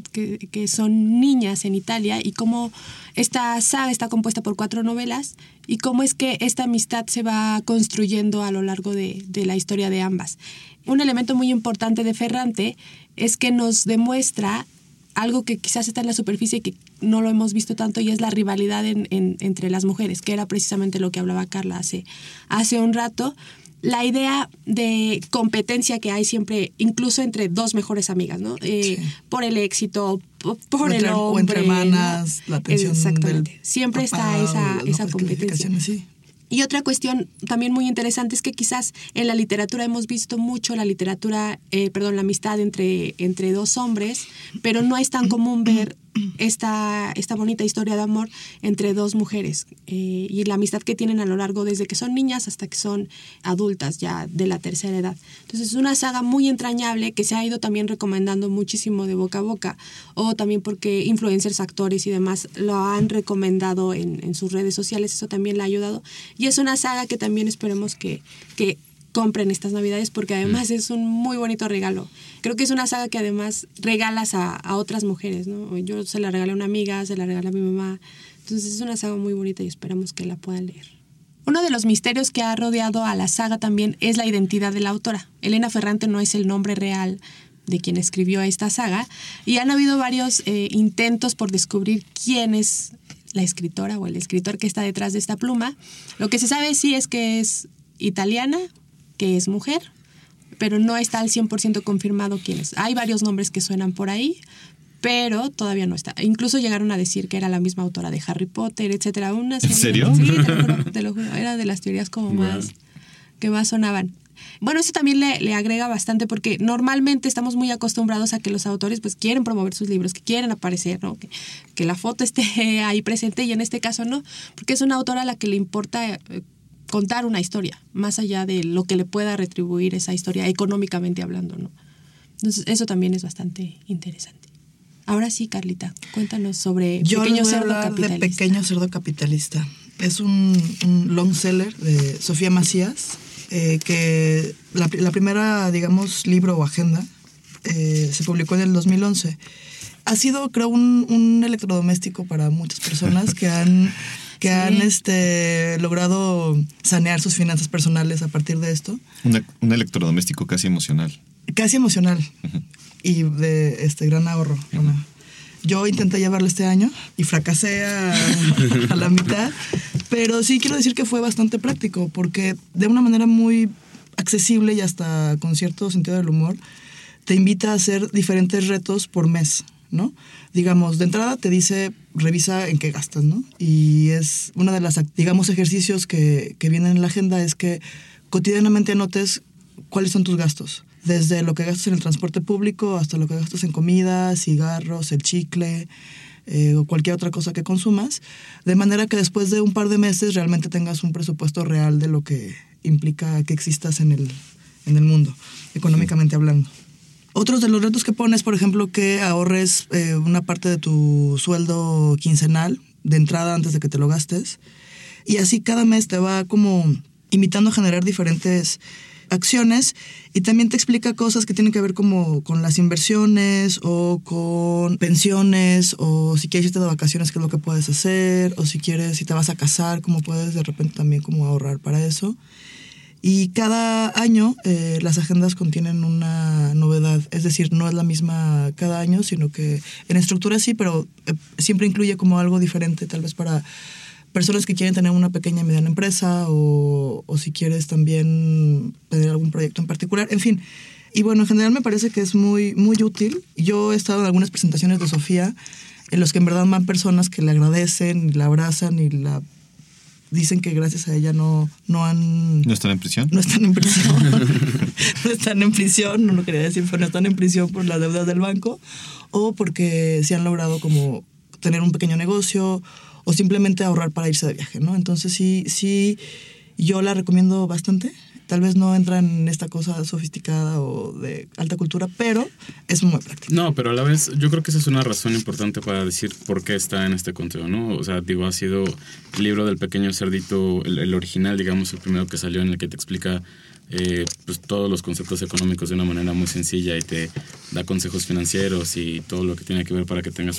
son niñas en Italia, y cómo esta saga está compuesta por 4 novelas, y cómo es que esta amistad se va construyendo a lo largo de la historia de ambas. Un elemento muy importante de Ferrante es que nos demuestra algo que quizás está en la superficie y que no lo hemos visto tanto, y es la rivalidad entre las mujeres, que era precisamente lo que hablaba Carla hace un rato. La idea de competencia que hay siempre, incluso entre 2 mejores amigas, ¿no? Sí. Por el éxito, por el hombre. O entre hermanas, ¿no? La atención. Exactamente. Siempre está esa competencia. Sí. Y otra cuestión también muy interesante es que quizás en la literatura hemos visto mucho la amistad entre 2 hombres, pero no es tan común ver esta bonita historia de amor entre 2 mujeres, y la amistad que tienen a lo largo desde que son niñas hasta que son adultas ya de la tercera edad. Entonces es una saga muy entrañable que se ha ido también recomendando muchísimo de boca a boca, o también porque influencers, actores y demás lo han recomendado en sus redes sociales. Eso también le ha ayudado, y es una saga que también esperemos que compren estas Navidades, porque además es un muy bonito regalo. Creo que es una saga que además regalas a otras mujeres, ¿no? Yo se la regalé a una amiga, se la regalé a mi mamá. Entonces es una saga muy bonita y esperamos que la puedan leer. Uno de los misterios que ha rodeado a la saga también es la identidad de la autora. Elena Ferrante no es el nombre real de quien escribió esta saga, y han habido varios intentos por descubrir quién es la escritora o el escritor que está detrás de esta pluma. Lo que se sabe sí es que es italiana, que es mujer, pero no está al 100% confirmado quién es. Hay varios nombres que suenan por ahí, pero todavía no está. Incluso llegaron a decir que era la misma autora de Harry Potter, etcétera. ¿En serio? Sí, te lo juro. Era de las teorías como que más sonaban. Bueno, eso también le agrega bastante, porque normalmente estamos muy acostumbrados a que los autores pues quieren promover sus libros, que quieren aparecer, ¿no? Que la foto esté ahí presente, y en este caso no, porque es una autora a la que le importa contar una historia, más allá de lo que le pueda retribuir esa historia económicamente hablando, ¿no? Entonces, eso también es bastante interesante. Ahora sí, Carlita, cuéntanos sobre Yo Pequeño les voy a Cerdo hablar de Capitalista. Pequeño Cerdo Capitalista. Es un long seller de Sofía Macías, que la primera, digamos, libro o agenda se publicó en el 2011. Ha sido, creo, un electrodoméstico para muchas personas que han logrado sanear sus finanzas personales a partir de esto. Un electrodoméstico casi emocional. Casi emocional. Y de gran ahorro. Yo intenté llevarlo este año y fracasé a la mitad, pero sí quiero decir que fue bastante práctico, porque de una manera muy accesible y hasta con cierto sentido del humor, te invita a hacer diferentes retos por mes, ¿no? Digamos, de entrada te dice, revisa en qué gastas, ¿no? Y es una de las, digamos, ejercicios que vienen en la agenda, es que cotidianamente anotes cuáles son tus gastos. Desde lo que gastas en el transporte público hasta lo que gastas en comida, cigarros, el chicle o cualquier otra cosa que consumas, de manera que después de un par de meses realmente tengas un presupuesto real de lo que implica que existas en el mundo, económicamente hablando. Otros de los retos que pones, por ejemplo, que ahorres una parte de tu sueldo quincenal de entrada antes de que te lo gastes, y así cada mes te va como invitando a generar diferentes acciones, y también te explica cosas que tienen que ver como con las inversiones o con pensiones, o si quieres irte de vacaciones, qué es lo que puedes hacer, o si te vas a casar, cómo puedes de repente también como ahorrar para eso. Y cada año las agendas contienen una novedad, es decir, no es la misma cada año, sino que en estructura sí, pero siempre incluye como algo diferente, tal vez para personas que quieren tener una pequeña y mediana empresa, o si quieres también tener algún proyecto en particular, en fin. Y bueno, en general me parece que es muy, muy útil. Yo he estado en algunas presentaciones de Sofía en los que en verdad van personas que le agradecen, y la abrazan y la dicen que gracias a ella no están en prisión. No están en prisión. No están en prisión, no lo quería decir, pero no están en prisión por las deudas del banco, o porque se han logrado como tener un pequeño negocio, o simplemente ahorrar para irse de viaje, ¿no? Entonces sí, yo la recomiendo bastante. Tal vez no entra en esta cosa sofisticada o de alta cultura, pero es muy práctico. No, pero a la vez yo creo que esa es una razón importante para decir por qué está en este conteo, ¿no? O sea, digo, ha sido el libro del Pequeño Cerdito, el original, digamos, el primero que salió, en el que te explica pues todos los conceptos económicos de una manera muy sencilla, y te da consejos financieros y todo lo que tiene que ver para que tengas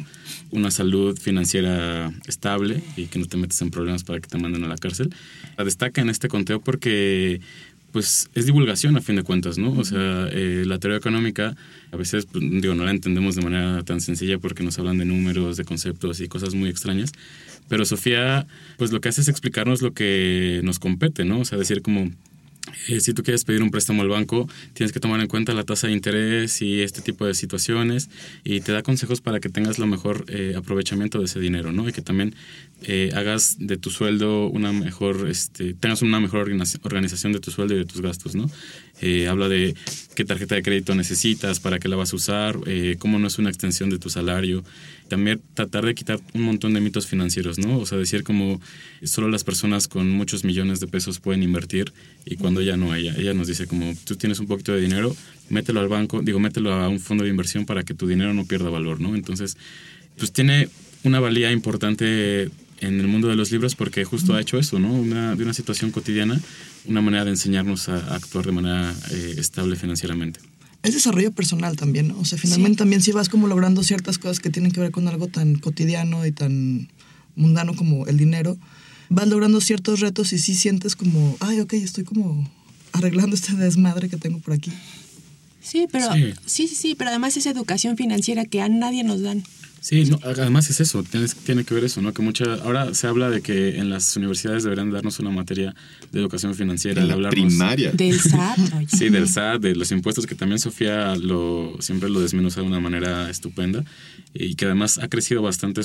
una salud financiera estable y que no te metas en problemas para que te manden a la cárcel. La destaca en este conteo porque pues es divulgación a fin de cuentas, ¿no? O sea, la teoría económica a veces, pues, digo, no la entendemos de manera tan sencilla porque nos hablan de números, de conceptos y cosas muy extrañas, pero Sofía pues lo que hace es explicarnos lo que nos compete, ¿no? O sea, decir como si tú quieres pedir un préstamo al banco, tienes que tomar en cuenta la tasa de interés y este tipo de situaciones, y te da consejos para que tengas lo mejor aprovechamiento de ese dinero, ¿no? Y que también hagas de tu sueldo una mejor, tengas una mejor organización de tu sueldo y de tus gastos, ¿no? Habla de qué tarjeta de crédito necesitas, para qué la vas a usar, cómo no es una extensión de tu salario. También tratar de quitar un montón de mitos financieros, ¿no? O sea, decir como solo las personas con muchos millones de pesos pueden invertir, y cuando ella no, ella nos dice como tú tienes un poquito de dinero, mételo al banco, mételo a un fondo de inversión para que tu dinero no pierda valor, ¿no? Entonces, pues tiene una valía importante en el mundo de los libros porque justo ha hecho eso, ¿no? De una situación cotidiana, una manera de enseñarnos a actuar de manera estable financieramente. Es desarrollo personal también, ¿no? O sea, finalmente también si vas como logrando ciertas cosas que tienen que ver con algo tan cotidiano y tan mundano como el dinero, vas logrando ciertos retos y sí sientes como, ay, ok, estoy como arreglando este desmadre que tengo por aquí. Sí, pero sí, pero además es educación financiera que a nadie nos dan. Sí, no, además es eso, tiene que ver eso, ¿no? Que ahora se habla de que en las universidades deberían darnos una materia de educación financiera. En la primaria. Del SAT. Sí, del SAT, de los impuestos, que también Sofía siempre lo desmenuza de una manera estupenda, y que además ha crecido bastante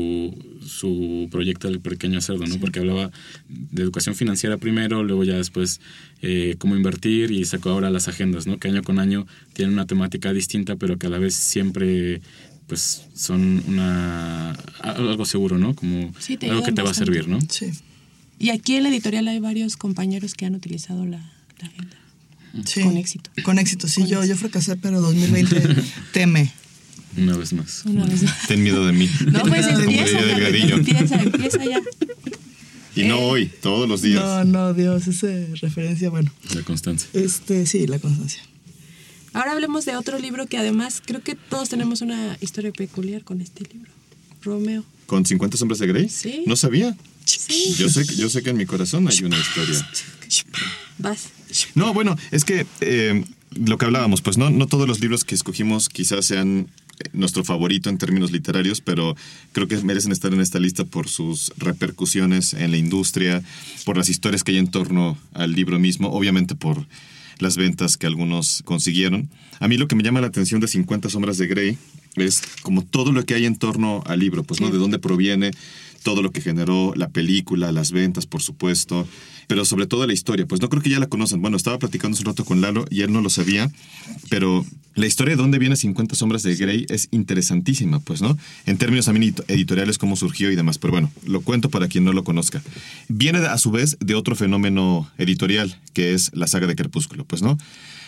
su proyecto del Pequeño Cerdo, ¿no? Sí. Porque hablaba de educación financiera primero, luego ya después cómo invertir, y sacó ahora las agendas, ¿no? Que año con año tienen una temática distinta, pero que a la vez siempre pues son algo seguro, ¿no? Como algo que te va a servir, ¿no? Sí. Y aquí en la editorial hay varios compañeros que han utilizado la agenda. Sí. Con éxito. Con éxito, sí. Yo fracasé, pero 2020 teme. Una vez más. Una vez más. Ten miedo de mí. No, pues Como empieza, diría Delgadillo. empieza ya. Y no hoy, todos los días. No, Dios, esa referencia, bueno. La constancia. Sí, la constancia. Ahora hablemos de otro libro que además creo que todos tenemos una historia peculiar con este libro. Romeo. ¿Con 50 sombras de Grey? Sí. No sabía. Sí. Yo sé que en mi corazón hay una historia. Vas. No, bueno, es que lo que hablábamos, pues no todos los libros que escogimos quizás sean nuestro favorito en términos literarios, pero creo que merecen estar en esta lista por sus repercusiones en la industria, por las historias que hay en torno al libro mismo, obviamente por las ventas que algunos consiguieron. A mí lo que me llama la atención de 50 sombras de Grey es como todo lo que hay en torno al libro, pues, ¿no? De dónde proviene todo lo que generó la película, las ventas, por supuesto, pero sobre todo la historia. Pues no creo que ya la conocen. Bueno, estaba platicando hace un rato con Lalo y él no lo sabía, pero la historia de dónde viene 50 sombras de Grey es interesantísima, pues, ¿no? En términos también editoriales, cómo surgió y demás. Pero bueno, lo cuento para quien no lo conozca. Viene a su vez de otro fenómeno editorial, que es la saga de Crepúsculo, pues, ¿no?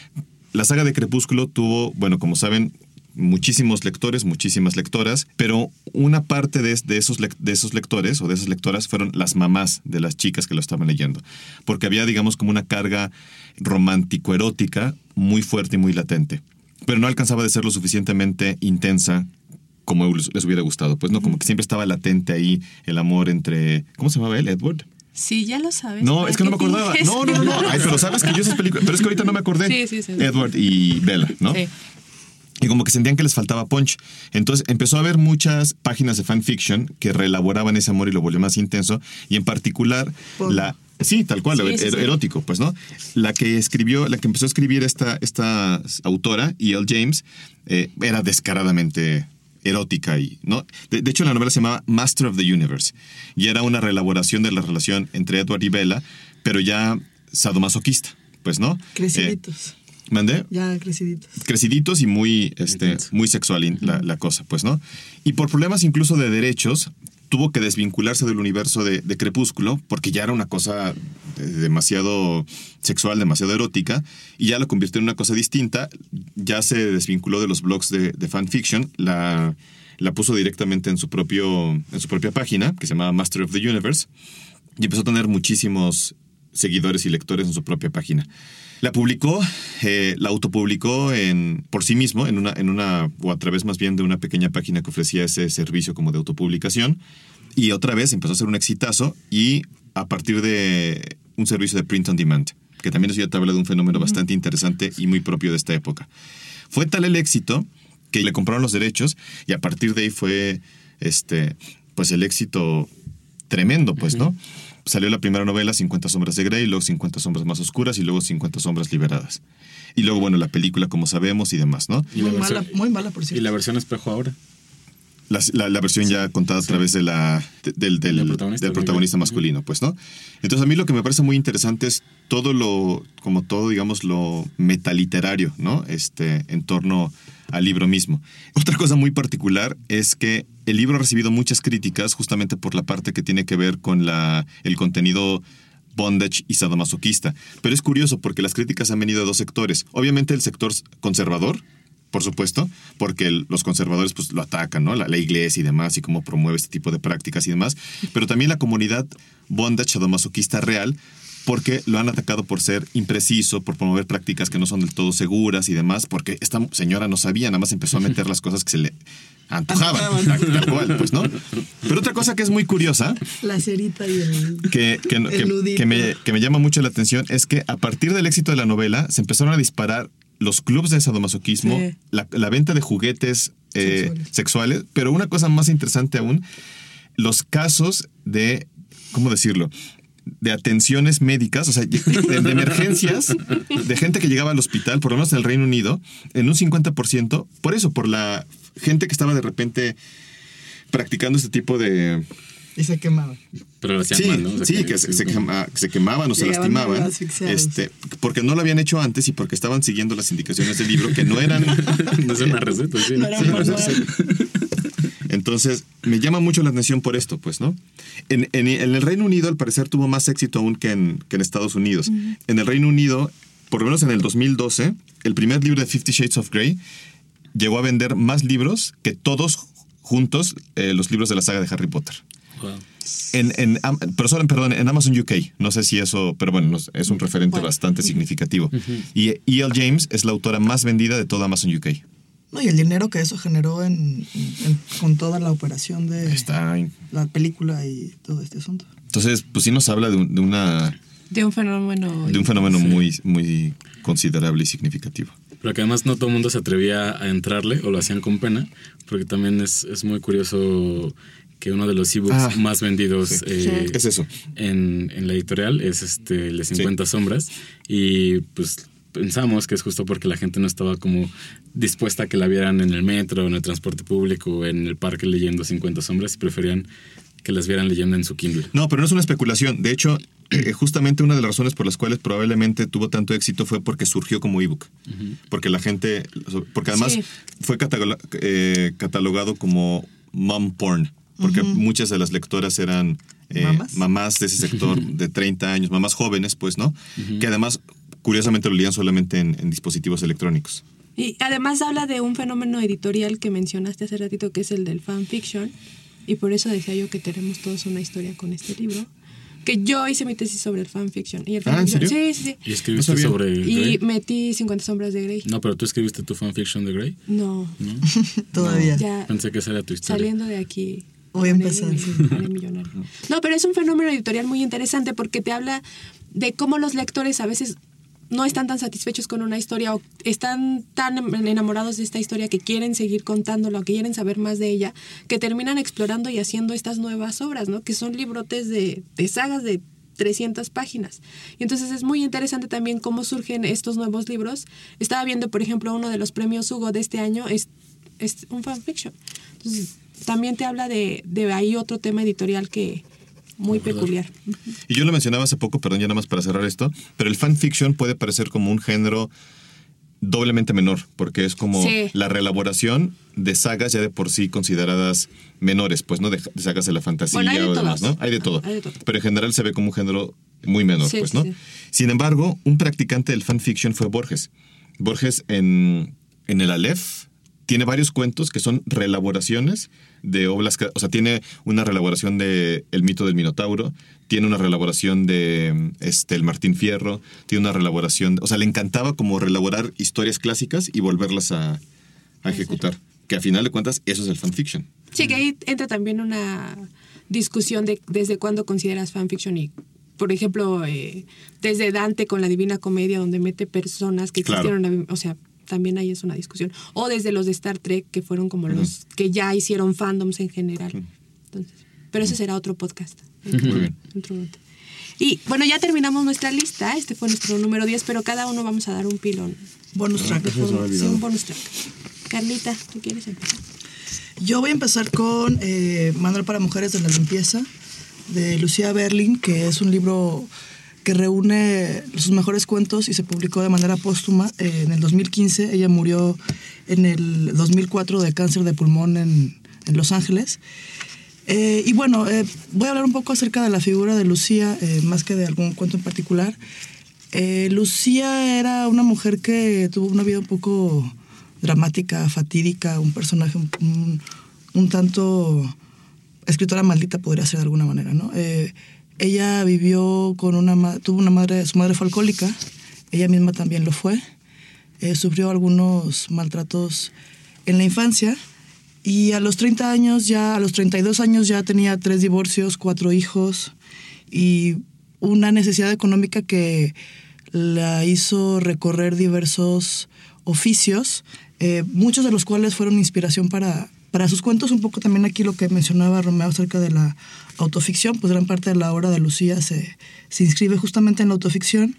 La saga de Crepúsculo tuvo, bueno, como saben, muchísimos lectores, muchísimas lectoras, pero una parte de esos lectores o de esas lectoras fueron las mamás de las chicas que lo estaban leyendo, porque había, digamos, como una carga romántico-erótica muy fuerte y muy latente, pero no alcanzaba de ser lo suficientemente intensa como les hubiera gustado, pues no, como que siempre estaba latente ahí el amor entre, ¿cómo se llamaba él? ¿Edward? Sí, ya lo sabes. No, es que no me acordaba. No. Ay, pero sabes que yo esas películas, pero es que ahorita no me acordé. Sí. Edward y Bella, ¿no? Sí. Y como que sentían que les faltaba punch. Entonces empezó a haber muchas páginas de fanfiction que reelaboraban ese amor y lo volvió más intenso. Y en particular, sí, tal cual, sí. Erótico, pues, ¿no? La que empezó a escribir esta autora, E.L. James, era descaradamente erótica y, ¿no? De hecho, la novela se llamaba Master of the Universe. Y era una reelaboración de la relación entre Edward y Bella, pero ya sadomasoquista, pues, ¿no? Creciditos. ¿Mandé? Ya creciditos. Creciditos y muy sexual la cosa, pues, ¿no? Y por problemas incluso de derechos, tuvo que desvincularse del universo de Crepúsculo, porque ya era una cosa demasiado sexual, demasiado erótica, y ya lo convirtió en una cosa distinta. Ya se desvinculó de los blogs de fanfiction, la puso directamente en su propia página, que se llamaba Master of the Universe, y empezó a tener muchísimos seguidores y lectores en su propia página. La publicó, la autopublicó por sí mismo, o a través más bien de una pequeña página que ofrecía ese servicio como de autopublicación. Y otra vez empezó a ser un exitazo y a partir de un servicio de print on demand, que también eso ya te habla de un fenómeno bastante interesante y muy propio de esta época. Fue tal el éxito que le compraron los derechos y a partir de ahí fue pues el éxito tremendo, pues, ¿no? Salió la primera novela, 50 sombras de Grey, luego 50 sombras más oscuras y luego 50 sombras liberadas. Y luego, bueno, la película, como sabemos, y demás, ¿no? Muy mala, por cierto. ¿Y la versión espejo ahora? La versión ya contada a través del protagonista masculino, pues, ¿no? Entonces, a mí lo que me parece muy interesante es digamos, lo metaliterario, ¿no? En torno al libro mismo. Otra cosa muy particular es que el libro ha recibido muchas críticas justamente por la parte que tiene que ver con el contenido bondage y sadomasoquista. Pero es curioso porque las críticas han venido de dos sectores. Obviamente el sector conservador, por supuesto, porque los conservadores pues lo atacan, ¿no? La iglesia y demás, y cómo promueve este tipo de prácticas y demás. Pero también la comunidad bondage sadomasoquista real, porque lo han atacado por ser impreciso, por promover prácticas que no son del todo seguras y demás, porque esta señora no sabía, nada más empezó a meter las cosas que se le antojaban, tal cual, pues, ¿no? Pero otra cosa que es muy curiosa, la cerita y el que me llama mucho la atención, es que a partir del éxito de la novela se empezaron a disparar los clubs de sadomasoquismo, sí, la venta de juguetes sexuales, pero una cosa más interesante aún, los casos de, ¿cómo decirlo?, de atenciones médicas, o sea, de emergencias, de gente que llegaba al hospital, por lo menos en el Reino Unido, en un 50%, por la gente que estaba de repente practicando este tipo de... Y se quemaban. Pero lo hacían mal, ¿no? O sea, que se quemaban o se lastimaban. Porque no lo habían hecho antes y porque estaban siguiendo las indicaciones del libro, que no eran... no es una receta, sí. No eran por Entonces, me llama mucho la atención por esto, pues, ¿no? En el Reino Unido, al parecer, tuvo más éxito aún que en Estados Unidos. En el Reino Unido, por lo menos en el 2012, el primer libro de 50 Shades of Grey llegó a vender más libros que todos juntos los libros de la saga de Harry Potter. Wow. En Amazon UK. No sé si eso, pero bueno, es un referente bastante significativo. Y E.L. James es la autora más vendida de toda Amazon UK. No, y el dinero que eso generó con toda la operación de la película y todo este asunto. Entonces, pues sí nos habla de un fenómeno muy, muy considerable y significativo. Pero que además no todo el mundo se atrevía a entrarle o lo hacían con pena, porque también es muy curioso que uno de los ebooks más vendidos es eso. En la editorial es el de 50 sombras, y pues pensamos que es justo porque la gente no estaba como dispuesta a que la vieran en el metro, en el transporte público o en el parque leyendo 50 sombras, y preferían que las vieran leyendo en su Kindle. No, pero no es una especulación. De hecho, justamente una de las razones por las cuales probablemente tuvo tanto éxito fue porque surgió como ebook. Porque la gente... Porque además fue catalogado como mom porn. Porque muchas de las lectoras eran mamás de ese sector de 30 años, mamás jóvenes, pues, ¿no? Que además, curiosamente, lo leían solamente en dispositivos electrónicos. Y además habla de un fenómeno editorial que mencionaste hace ratito, que es el del fanfiction. Y por eso decía yo que tenemos todos una historia con este libro. Que yo hice mi tesis sobre el fanfiction. Y el fanfiction, ¿en serio? Sí. ¿Y escribiste sobre Grey? Y metí 50 sombras de Grey. No, pero ¿tú escribiste tu fanfiction de Grey? No. Todavía. Ya pensé que esa era tu historia. Saliendo de aquí... Voy a empezar. Millonario. No, pero es un fenómeno editorial muy interesante porque te habla de cómo los lectores a veces no están tan satisfechos con una historia o están tan enamorados de esta historia que quieren seguir contándola o que quieren saber más de ella, que terminan explorando y haciendo estas nuevas obras, ¿no? Que son librotes de sagas de 300 páginas. Y entonces es muy interesante también cómo surgen estos nuevos libros. Estaba viendo, por ejemplo, uno de los premios Hugo de este año es un fanfiction. Entonces también te habla de ahí otro tema editorial que muy peculiar. Y yo lo mencionaba hace poco, perdón, ya nada más para cerrar esto, pero el fanfiction puede parecer como un género doblemente menor, porque es como la reelaboración de sagas ya de por sí consideradas menores, pues, ¿no? De sagas de la fantasía o demás, ¿no? Hay de todo. Pero en general se ve como un género muy menor, pues, ¿no? Sí. Sin embargo, un practicante del fanfiction fue Borges. Borges en el Aleph tiene varios cuentos que son reelaboraciones de obras, o sea, tiene una reelaboración de El mito del Minotauro, tiene una reelaboración de el Martín Fierro, tiene una reelaboración, o sea, le encantaba como reelaborar historias clásicas y volverlas a ejecutar, que a final de cuentas eso es el fanfiction. Sí, que ahí entra también una discusión de desde cuándo consideras fanfiction y, por ejemplo, desde Dante con la Divina Comedia, donde mete personas que existieron, o sea, también ahí es una discusión. O desde los de Star Trek, que fueron como los que ya hicieron fandoms en general. Entonces, pero ese será otro podcast. Muy bien. Y bueno, ya terminamos nuestra lista. Este fue nuestro número 10, pero cada uno vamos a dar un pilón. Bonus track. Sí, un bonus track. Carlita, ¿tú quieres empezar? Yo voy a empezar con Manual para Mujeres de la Limpieza, de Lucía Berlin, que es un libro que reúne sus mejores cuentos y se publicó de manera póstuma en el 2015. Ella murió en el 2004 de cáncer de pulmón en Los Ángeles. Y bueno, voy a hablar un poco acerca de la figura de Lucía, más que de algún cuento en particular. Lucía era una mujer que tuvo una vida un poco dramática, fatídica, un personaje un tanto escritora maldita, podría ser de alguna manera, ¿no? Ella vivió con tuvo una madre, su madre fue alcohólica, ella misma también lo fue, sufrió algunos maltratos en la infancia y a los 30 años a los 32 años ya tenía 3 divorcios, 4 hijos y una necesidad económica que la hizo recorrer diversos oficios, muchos de los cuales fueron inspiración para sus cuentos. Un poco también aquí lo que mencionaba Romeo acerca de la autoficción, pues gran parte de la obra de Lucía se inscribe justamente en la autoficción.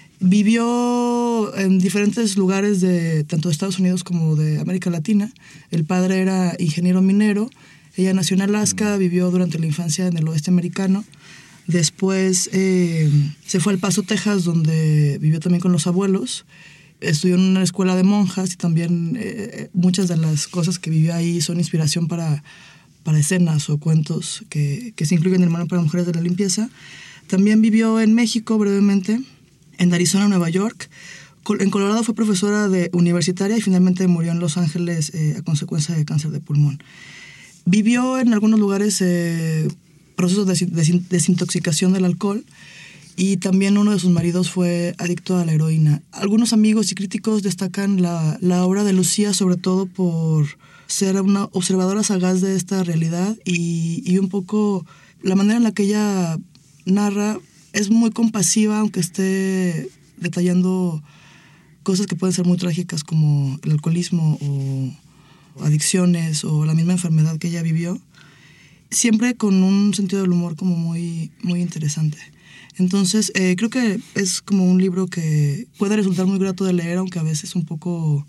Vivió en diferentes lugares tanto de Estados Unidos como de América Latina. El padre era ingeniero minero. Ella nació en Alaska, vivió durante la infancia en el oeste americano. Después se fue a El Paso, Texas, donde vivió también con los abuelos. Estudió en una escuela de monjas y también muchas de las cosas que vivió ahí son inspiración para escenas o cuentos que se incluyen en el Manual para Mujeres de la Limpieza. También vivió en México brevemente, en Arizona, Nueva York, en Colorado fue profesora universitaria y finalmente murió en Los Ángeles a consecuencia de cáncer de pulmón. Vivió en algunos lugares procesos de desintoxicación del alcohol y también uno de sus maridos fue adicto a la heroína. Algunos amigos y críticos destacan la obra de Lucía sobre todo por ser una observadora sagaz de esta realidad y un poco la manera en la que ella narra es muy compasiva, aunque esté detallando cosas que pueden ser muy trágicas como el alcoholismo o adicciones o la misma enfermedad que ella vivió, siempre con un sentido del humor como muy, muy interesante. Entonces, creo que es como un libro que puede resultar muy grato de leer, aunque a veces un poco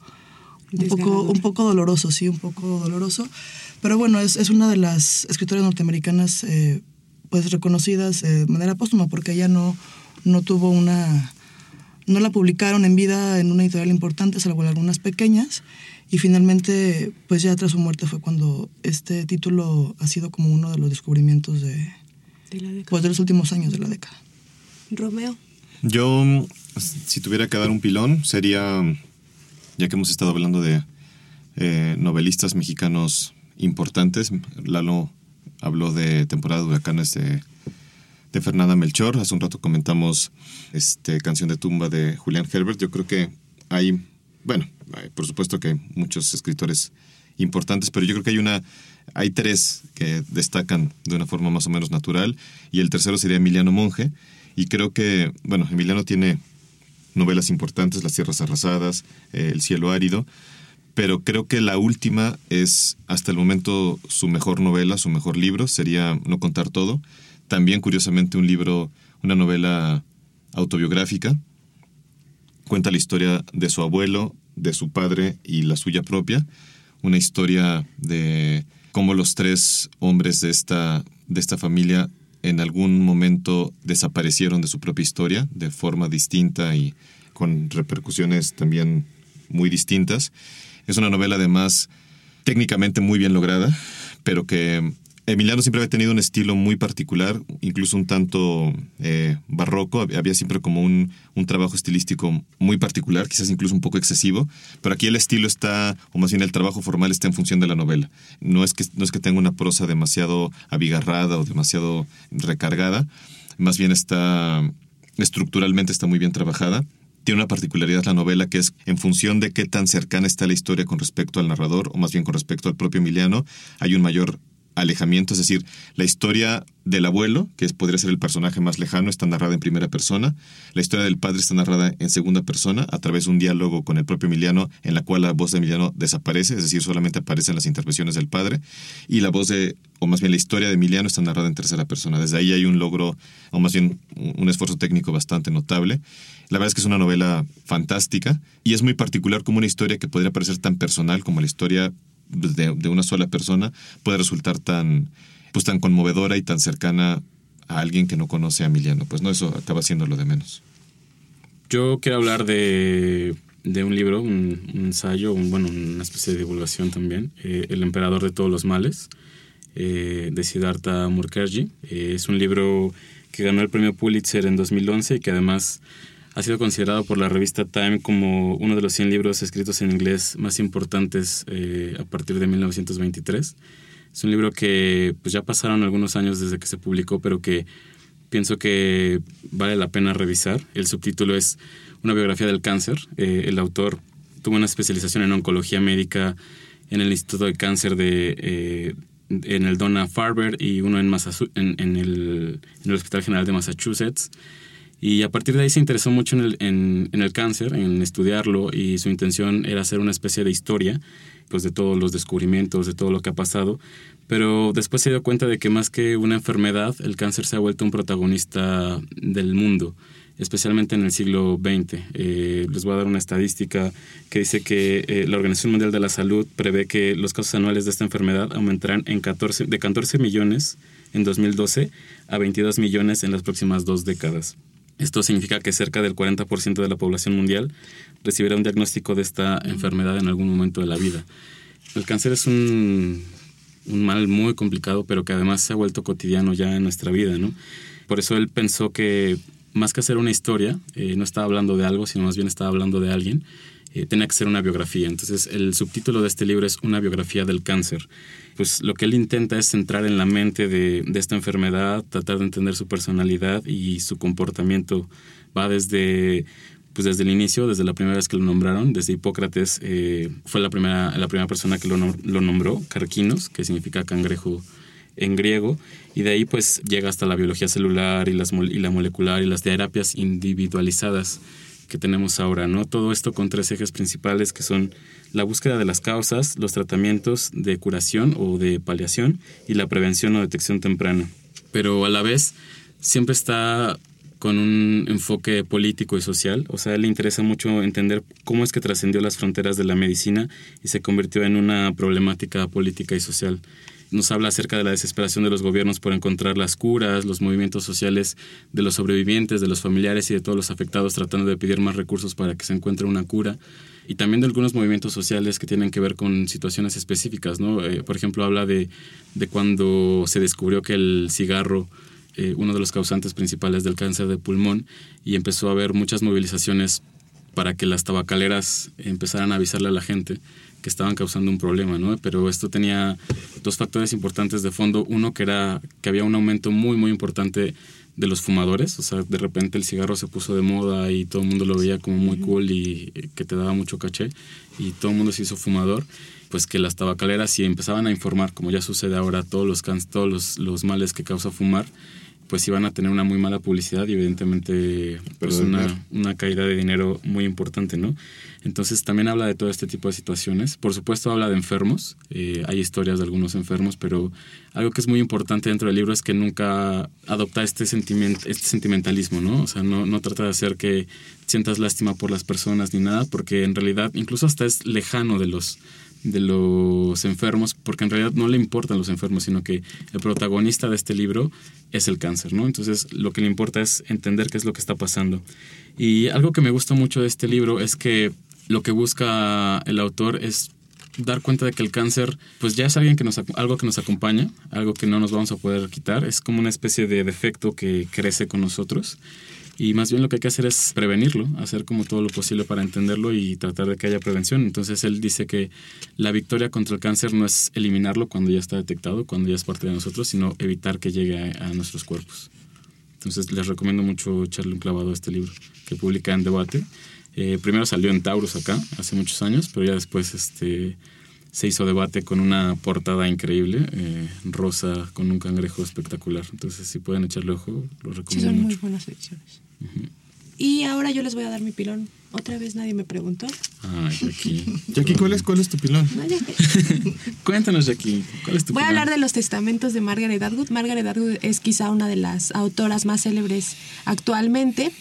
doloroso, sí, un poco doloroso. Pero bueno, es una de las escritoras norteamericanas pues reconocidas de manera póstuma, porque ella no tuvo no la publicaron en vida en una editorial importante, salvo algunas pequeñas, y finalmente, pues ya tras su muerte fue cuando este título ha sido como uno de los descubrimientos de la década. Pues de los últimos años de la década. Romeo. Yo, si tuviera que dar un pilón, sería, ya que hemos estado hablando de novelistas mexicanos importantes, Lalo habló de Temporada de Huracanes de Fernanda Melchor. Hace un rato comentamos Canción de tumba de Julián Herbert. Yo creo que hay por supuesto que hay muchos escritores importantes, pero yo creo que hay tres que destacan de una forma más o menos natural, y el tercero sería Emiliano Monge. Y creo que, Emiliano tiene novelas importantes, Las tierras arrasadas, El cielo árido, pero creo que la última es hasta el momento su mejor novela, su mejor libro, sería No contar todo. También, curiosamente, una novela autobiográfica. Cuenta la historia de su abuelo, de su padre y la suya propia. Una historia de cómo los tres hombres de esta familia en algún momento desaparecieron de su propia historia de forma distinta y con repercusiones también muy distintas. Es una novela además técnicamente muy bien lograda, pero que Emiliano siempre había tenido un estilo muy particular, incluso un tanto barroco. Había siempre como un trabajo estilístico muy particular, quizás incluso un poco excesivo, pero aquí el estilo está, o más bien el trabajo formal está en función de la novela. No es que tenga una prosa demasiado abigarrada o demasiado recargada, más bien estructuralmente está muy bien trabajada. Tiene una particularidad la novela, que es en función de qué tan cercana está la historia con respecto al narrador, o más bien con respecto al propio Emiliano, hay un mayor alejamiento. Es decir, la historia del abuelo, que podría ser el personaje más lejano, está narrada en primera persona. La historia del padre está narrada en segunda persona a través de un diálogo con el propio Emiliano, en la cual la voz de Emiliano desaparece, es decir, solamente aparecen las intervenciones del padre, y la historia de Emiliano está narrada en tercera persona. Desde ahí hay un logro, o más bien un esfuerzo técnico bastante notable. La verdad es que es una novela fantástica, y es muy particular como una historia que podría parecer tan personal como la historia de una sola persona puede resultar tan conmovedora y tan cercana a alguien que no conoce a Emiliano. Pues no, eso acaba siendo lo de menos. Yo quiero hablar de un libro, un ensayo, una especie de divulgación también, El emperador de todos los males, de Siddhartha Mukherjee. Es un libro que ganó el premio Pulitzer en 2011 y que además ha sido considerado por la revista Time como uno de los 100 libros escritos en inglés más importantes a partir de 1923. Es un libro que pues ya pasaron algunos años desde que se publicó, pero que pienso que vale la pena revisar. El subtítulo es Una biografía del cáncer. El autor tuvo una especialización en oncología médica en el Instituto de Cáncer en el Dana-Farber y uno en el Hospital General de Massachusetts. Y a partir de ahí se interesó mucho en el cáncer, en estudiarlo, y su intención era hacer una especie de historia pues de todos los descubrimientos, de todo lo que ha pasado. Pero después se dio cuenta de que más que una enfermedad, el cáncer se ha vuelto un protagonista del mundo, especialmente en el siglo XX. Les voy a dar una estadística que dice que la Organización Mundial de la Salud prevé que los casos anuales de esta enfermedad aumentarán de 14 millones en 2012 a 22 millones en las próximas 2 décadas. Esto significa que cerca del 40% de la población mundial recibirá un diagnóstico de esta enfermedad en algún momento de la vida. El cáncer es un mal muy complicado, pero que además se ha vuelto cotidiano ya en nuestra vida, ¿no? Por eso él pensó que más que hacer una historia, no estaba hablando de algo, sino más bien estaba hablando de alguien, tenía que ser una biografía. Entonces el subtítulo de este libro es Una biografía del cáncer. Pues lo que él intenta es centrar en la mente de esta enfermedad, tratar de entender su personalidad y su comportamiento. Va desde el inicio, desde la primera vez que lo nombraron, desde Hipócrates, fue la primera persona que lo nombró, Carquinos, que significa cangrejo en griego, y de ahí pues llega hasta la biología celular y la molecular y las terapias individualizadas que tenemos ahora, ¿no? Todo esto con 3 ejes principales que son la búsqueda de las causas, los tratamientos de curación o de paliación y la prevención o detección temprana. Pero a la vez siempre está con un enfoque político y social. O sea, a él le interesa mucho entender cómo es que trascendió las fronteras de la medicina y se convirtió en una problemática política y social. Nos habla acerca de la desesperación de los gobiernos por encontrar las curas, los movimientos sociales de los sobrevivientes, de los familiares y de todos los afectados tratando de pedir más recursos para que se encuentre una cura. Y también de algunos movimientos sociales que tienen que ver con situaciones específicas, ¿no? Por ejemplo, habla de cuando se descubrió que el cigarro, uno de los causantes principales del cáncer de pulmón, y empezó a haber muchas movilizaciones para que las tabacaleras empezaran a avisarle a la gente que estaban causando un problema, ¿no? Pero esto tenía 2 factores importantes de fondo. Uno, que había un aumento muy, muy importante de los fumadores. O sea, de repente el cigarro se puso de moda y todo el mundo lo veía como muy cool y que te daba mucho caché. Y todo el mundo se hizo fumador. Pues que las tabacaleras, si empezaban a informar, como ya sucede ahora, todos los males que causa fumar, pues iban a tener una muy mala publicidad y evidentemente pues una caída de dinero muy importante, ¿no? Entonces también habla de todo este tipo de situaciones. Por supuesto habla de enfermos, hay historias de algunos enfermos, pero algo que es muy importante dentro del libro es que nunca adopta este sentimentalismo, ¿no? O sea, no trata de hacer que sientas lástima por las personas ni nada, porque en realidad incluso hasta es lejano de los enfermos, porque en realidad no le importan los enfermos, sino que el protagonista de este libro es el cáncer, ¿no? Entonces lo que le importa es entender qué es lo que está pasando. Y algo que me gusta mucho de este libro es que lo que busca el autor es dar cuenta de que el cáncer pues ya es algo que nos acompaña, algo que no nos vamos a poder quitar, es como una especie de defecto que crece con nosotros. Y más bien lo que hay que hacer es prevenirlo, hacer como todo lo posible para entenderlo y tratar de que haya prevención. Entonces él dice que la victoria contra el cáncer no es eliminarlo cuando ya está detectado, cuando ya es parte de nosotros, sino evitar que llegue a nuestros cuerpos. Entonces les recomiendo mucho echarle un clavado a este libro que publica en Debate. Primero salió en Taurus acá, hace muchos años, pero ya después se hizo Debate con una portada increíble, rosa, con un cangrejo espectacular. Entonces si pueden echarle ojo, lo recomiendo mucho. Sí, son muy buenas ediciones. Uh-huh. Y ahora yo les voy a dar mi pilón. Otra vez nadie me preguntó. Ay, Jackie. Jackie, ¿cuál es tu pilón? No, Cuéntanos, Jackie, ¿cuál es tu pilón? Voy a hablar de los testamentos de Margaret Atwood. Margaret Atwood es quizá una de las autoras más célebres actualmente.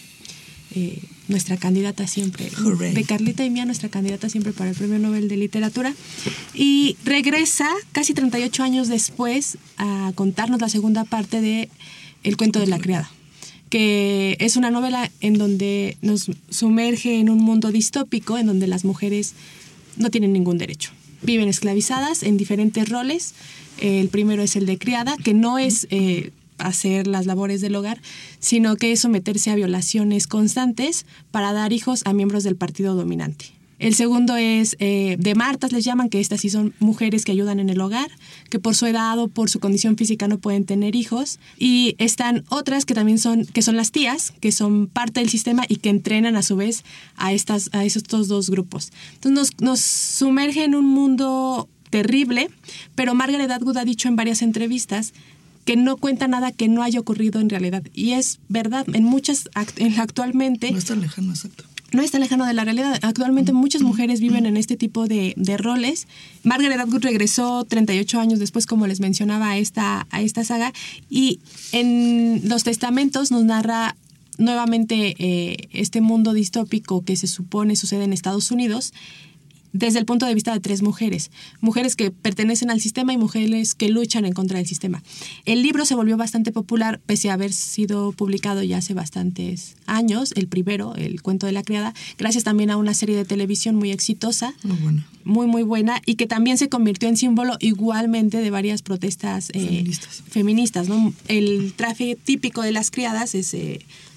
Nuestra candidata siempre, Hooray. De Carlita y mía, nuestra candidata siempre para el Premio Nobel de Literatura. Y regresa casi 38 años después a contarnos la segunda parte de El cuento de la criada, que es una novela en donde nos sumerge en un mundo distópico en donde las mujeres no tienen ningún derecho. Viven esclavizadas en diferentes roles. El primero es el de criada, que no es hacer las labores del hogar, sino que es someterse a violaciones constantes para dar hijos a miembros del partido dominante. El segundo es de martas, les llaman, que estas sí son mujeres que ayudan en el hogar, que por su edad o por su condición física no pueden tener hijos. Y están otras que también son las tías, que son parte del sistema y que entrenan a su vez a estos 2 grupos. Entonces nos sumerge en un mundo terrible, pero Margaret Atwood ha dicho en varias entrevistas que no cuenta nada que no haya ocurrido en realidad. Y es verdad, actualmente... No es tan lejano, exacto. No es tan lejano de la realidad. Actualmente muchas mujeres viven en este tipo de roles. Margaret Atwood regresó 38 años después, como les mencionaba, a esta saga. Y en Los Testamentos nos narra nuevamente este mundo distópico que se supone sucede en Estados Unidos, desde el punto de vista de 3 mujeres. Mujeres que pertenecen al sistema y mujeres que luchan en contra del sistema. El libro se volvió bastante popular, pese a haber sido publicado ya hace bastantes años, el primero, El cuento de la criada, gracias también a una serie de televisión muy exitosa. Muy buena. Muy, muy buena, y que también se convirtió en símbolo igualmente de varias protestas feministas, ¿no? El traje típico de las criadas es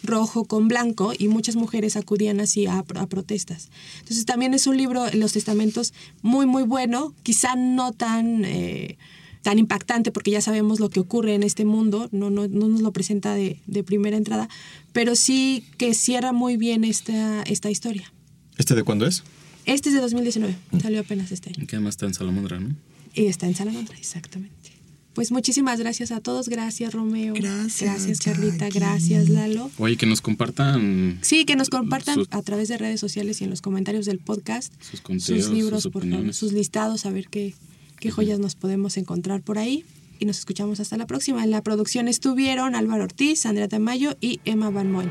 rojo con blanco y muchas mujeres acudían así a protestas. Entonces también es un libro, Los Testamentos, muy, muy bueno, quizá no tan impactante porque ya sabemos lo que ocurre en este mundo, no nos lo presenta de primera entrada, pero sí que cierra muy bien esta historia. ¿Este de cuándo es? Este es de 2019, salió apenas este año. Que además está en Salamandra, ¿no? Y está en Salamandra, exactamente. Pues muchísimas gracias a todos, gracias Romeo. Gracias Carlita, Jackie. gracias Lalo. Oye, que nos compartan... Sí, que nos compartan a través de redes sociales y en los comentarios del podcast sus contenidos, sus libros, sus por favor, opiniones. sus listados, a ver qué joyas nos podemos encontrar por ahí. Y nos escuchamos hasta la próxima. En la producción estuvieron Álvaro Ortiz, Andrea Tamayo y Emma Van Moen.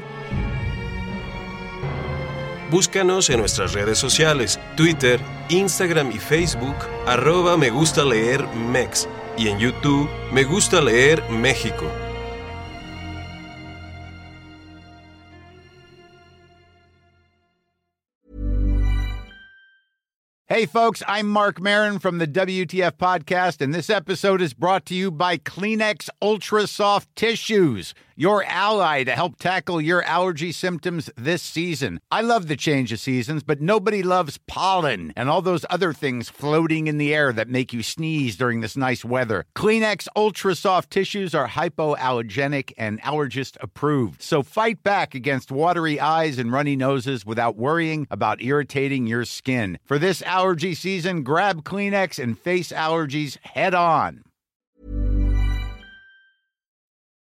Búscanos en nuestras redes sociales, Twitter, Instagram y Facebook, @megustaleermex, y en YouTube, Me Gusta Leer México. Hey, folks, I'm Mark Maron from the WTF Podcast, and this episode is brought to you by Kleenex Ultra Soft Tissues, your ally to help tackle your allergy symptoms this season. I love the change of seasons, but nobody loves pollen and all those other things floating in the air that make you sneeze during this nice weather. Kleenex Ultra Soft Tissues are hypoallergenic and allergist approved, so fight back against watery eyes and runny noses without worrying about irritating your skin. For this allergy season, grab Kleenex and face allergies head on.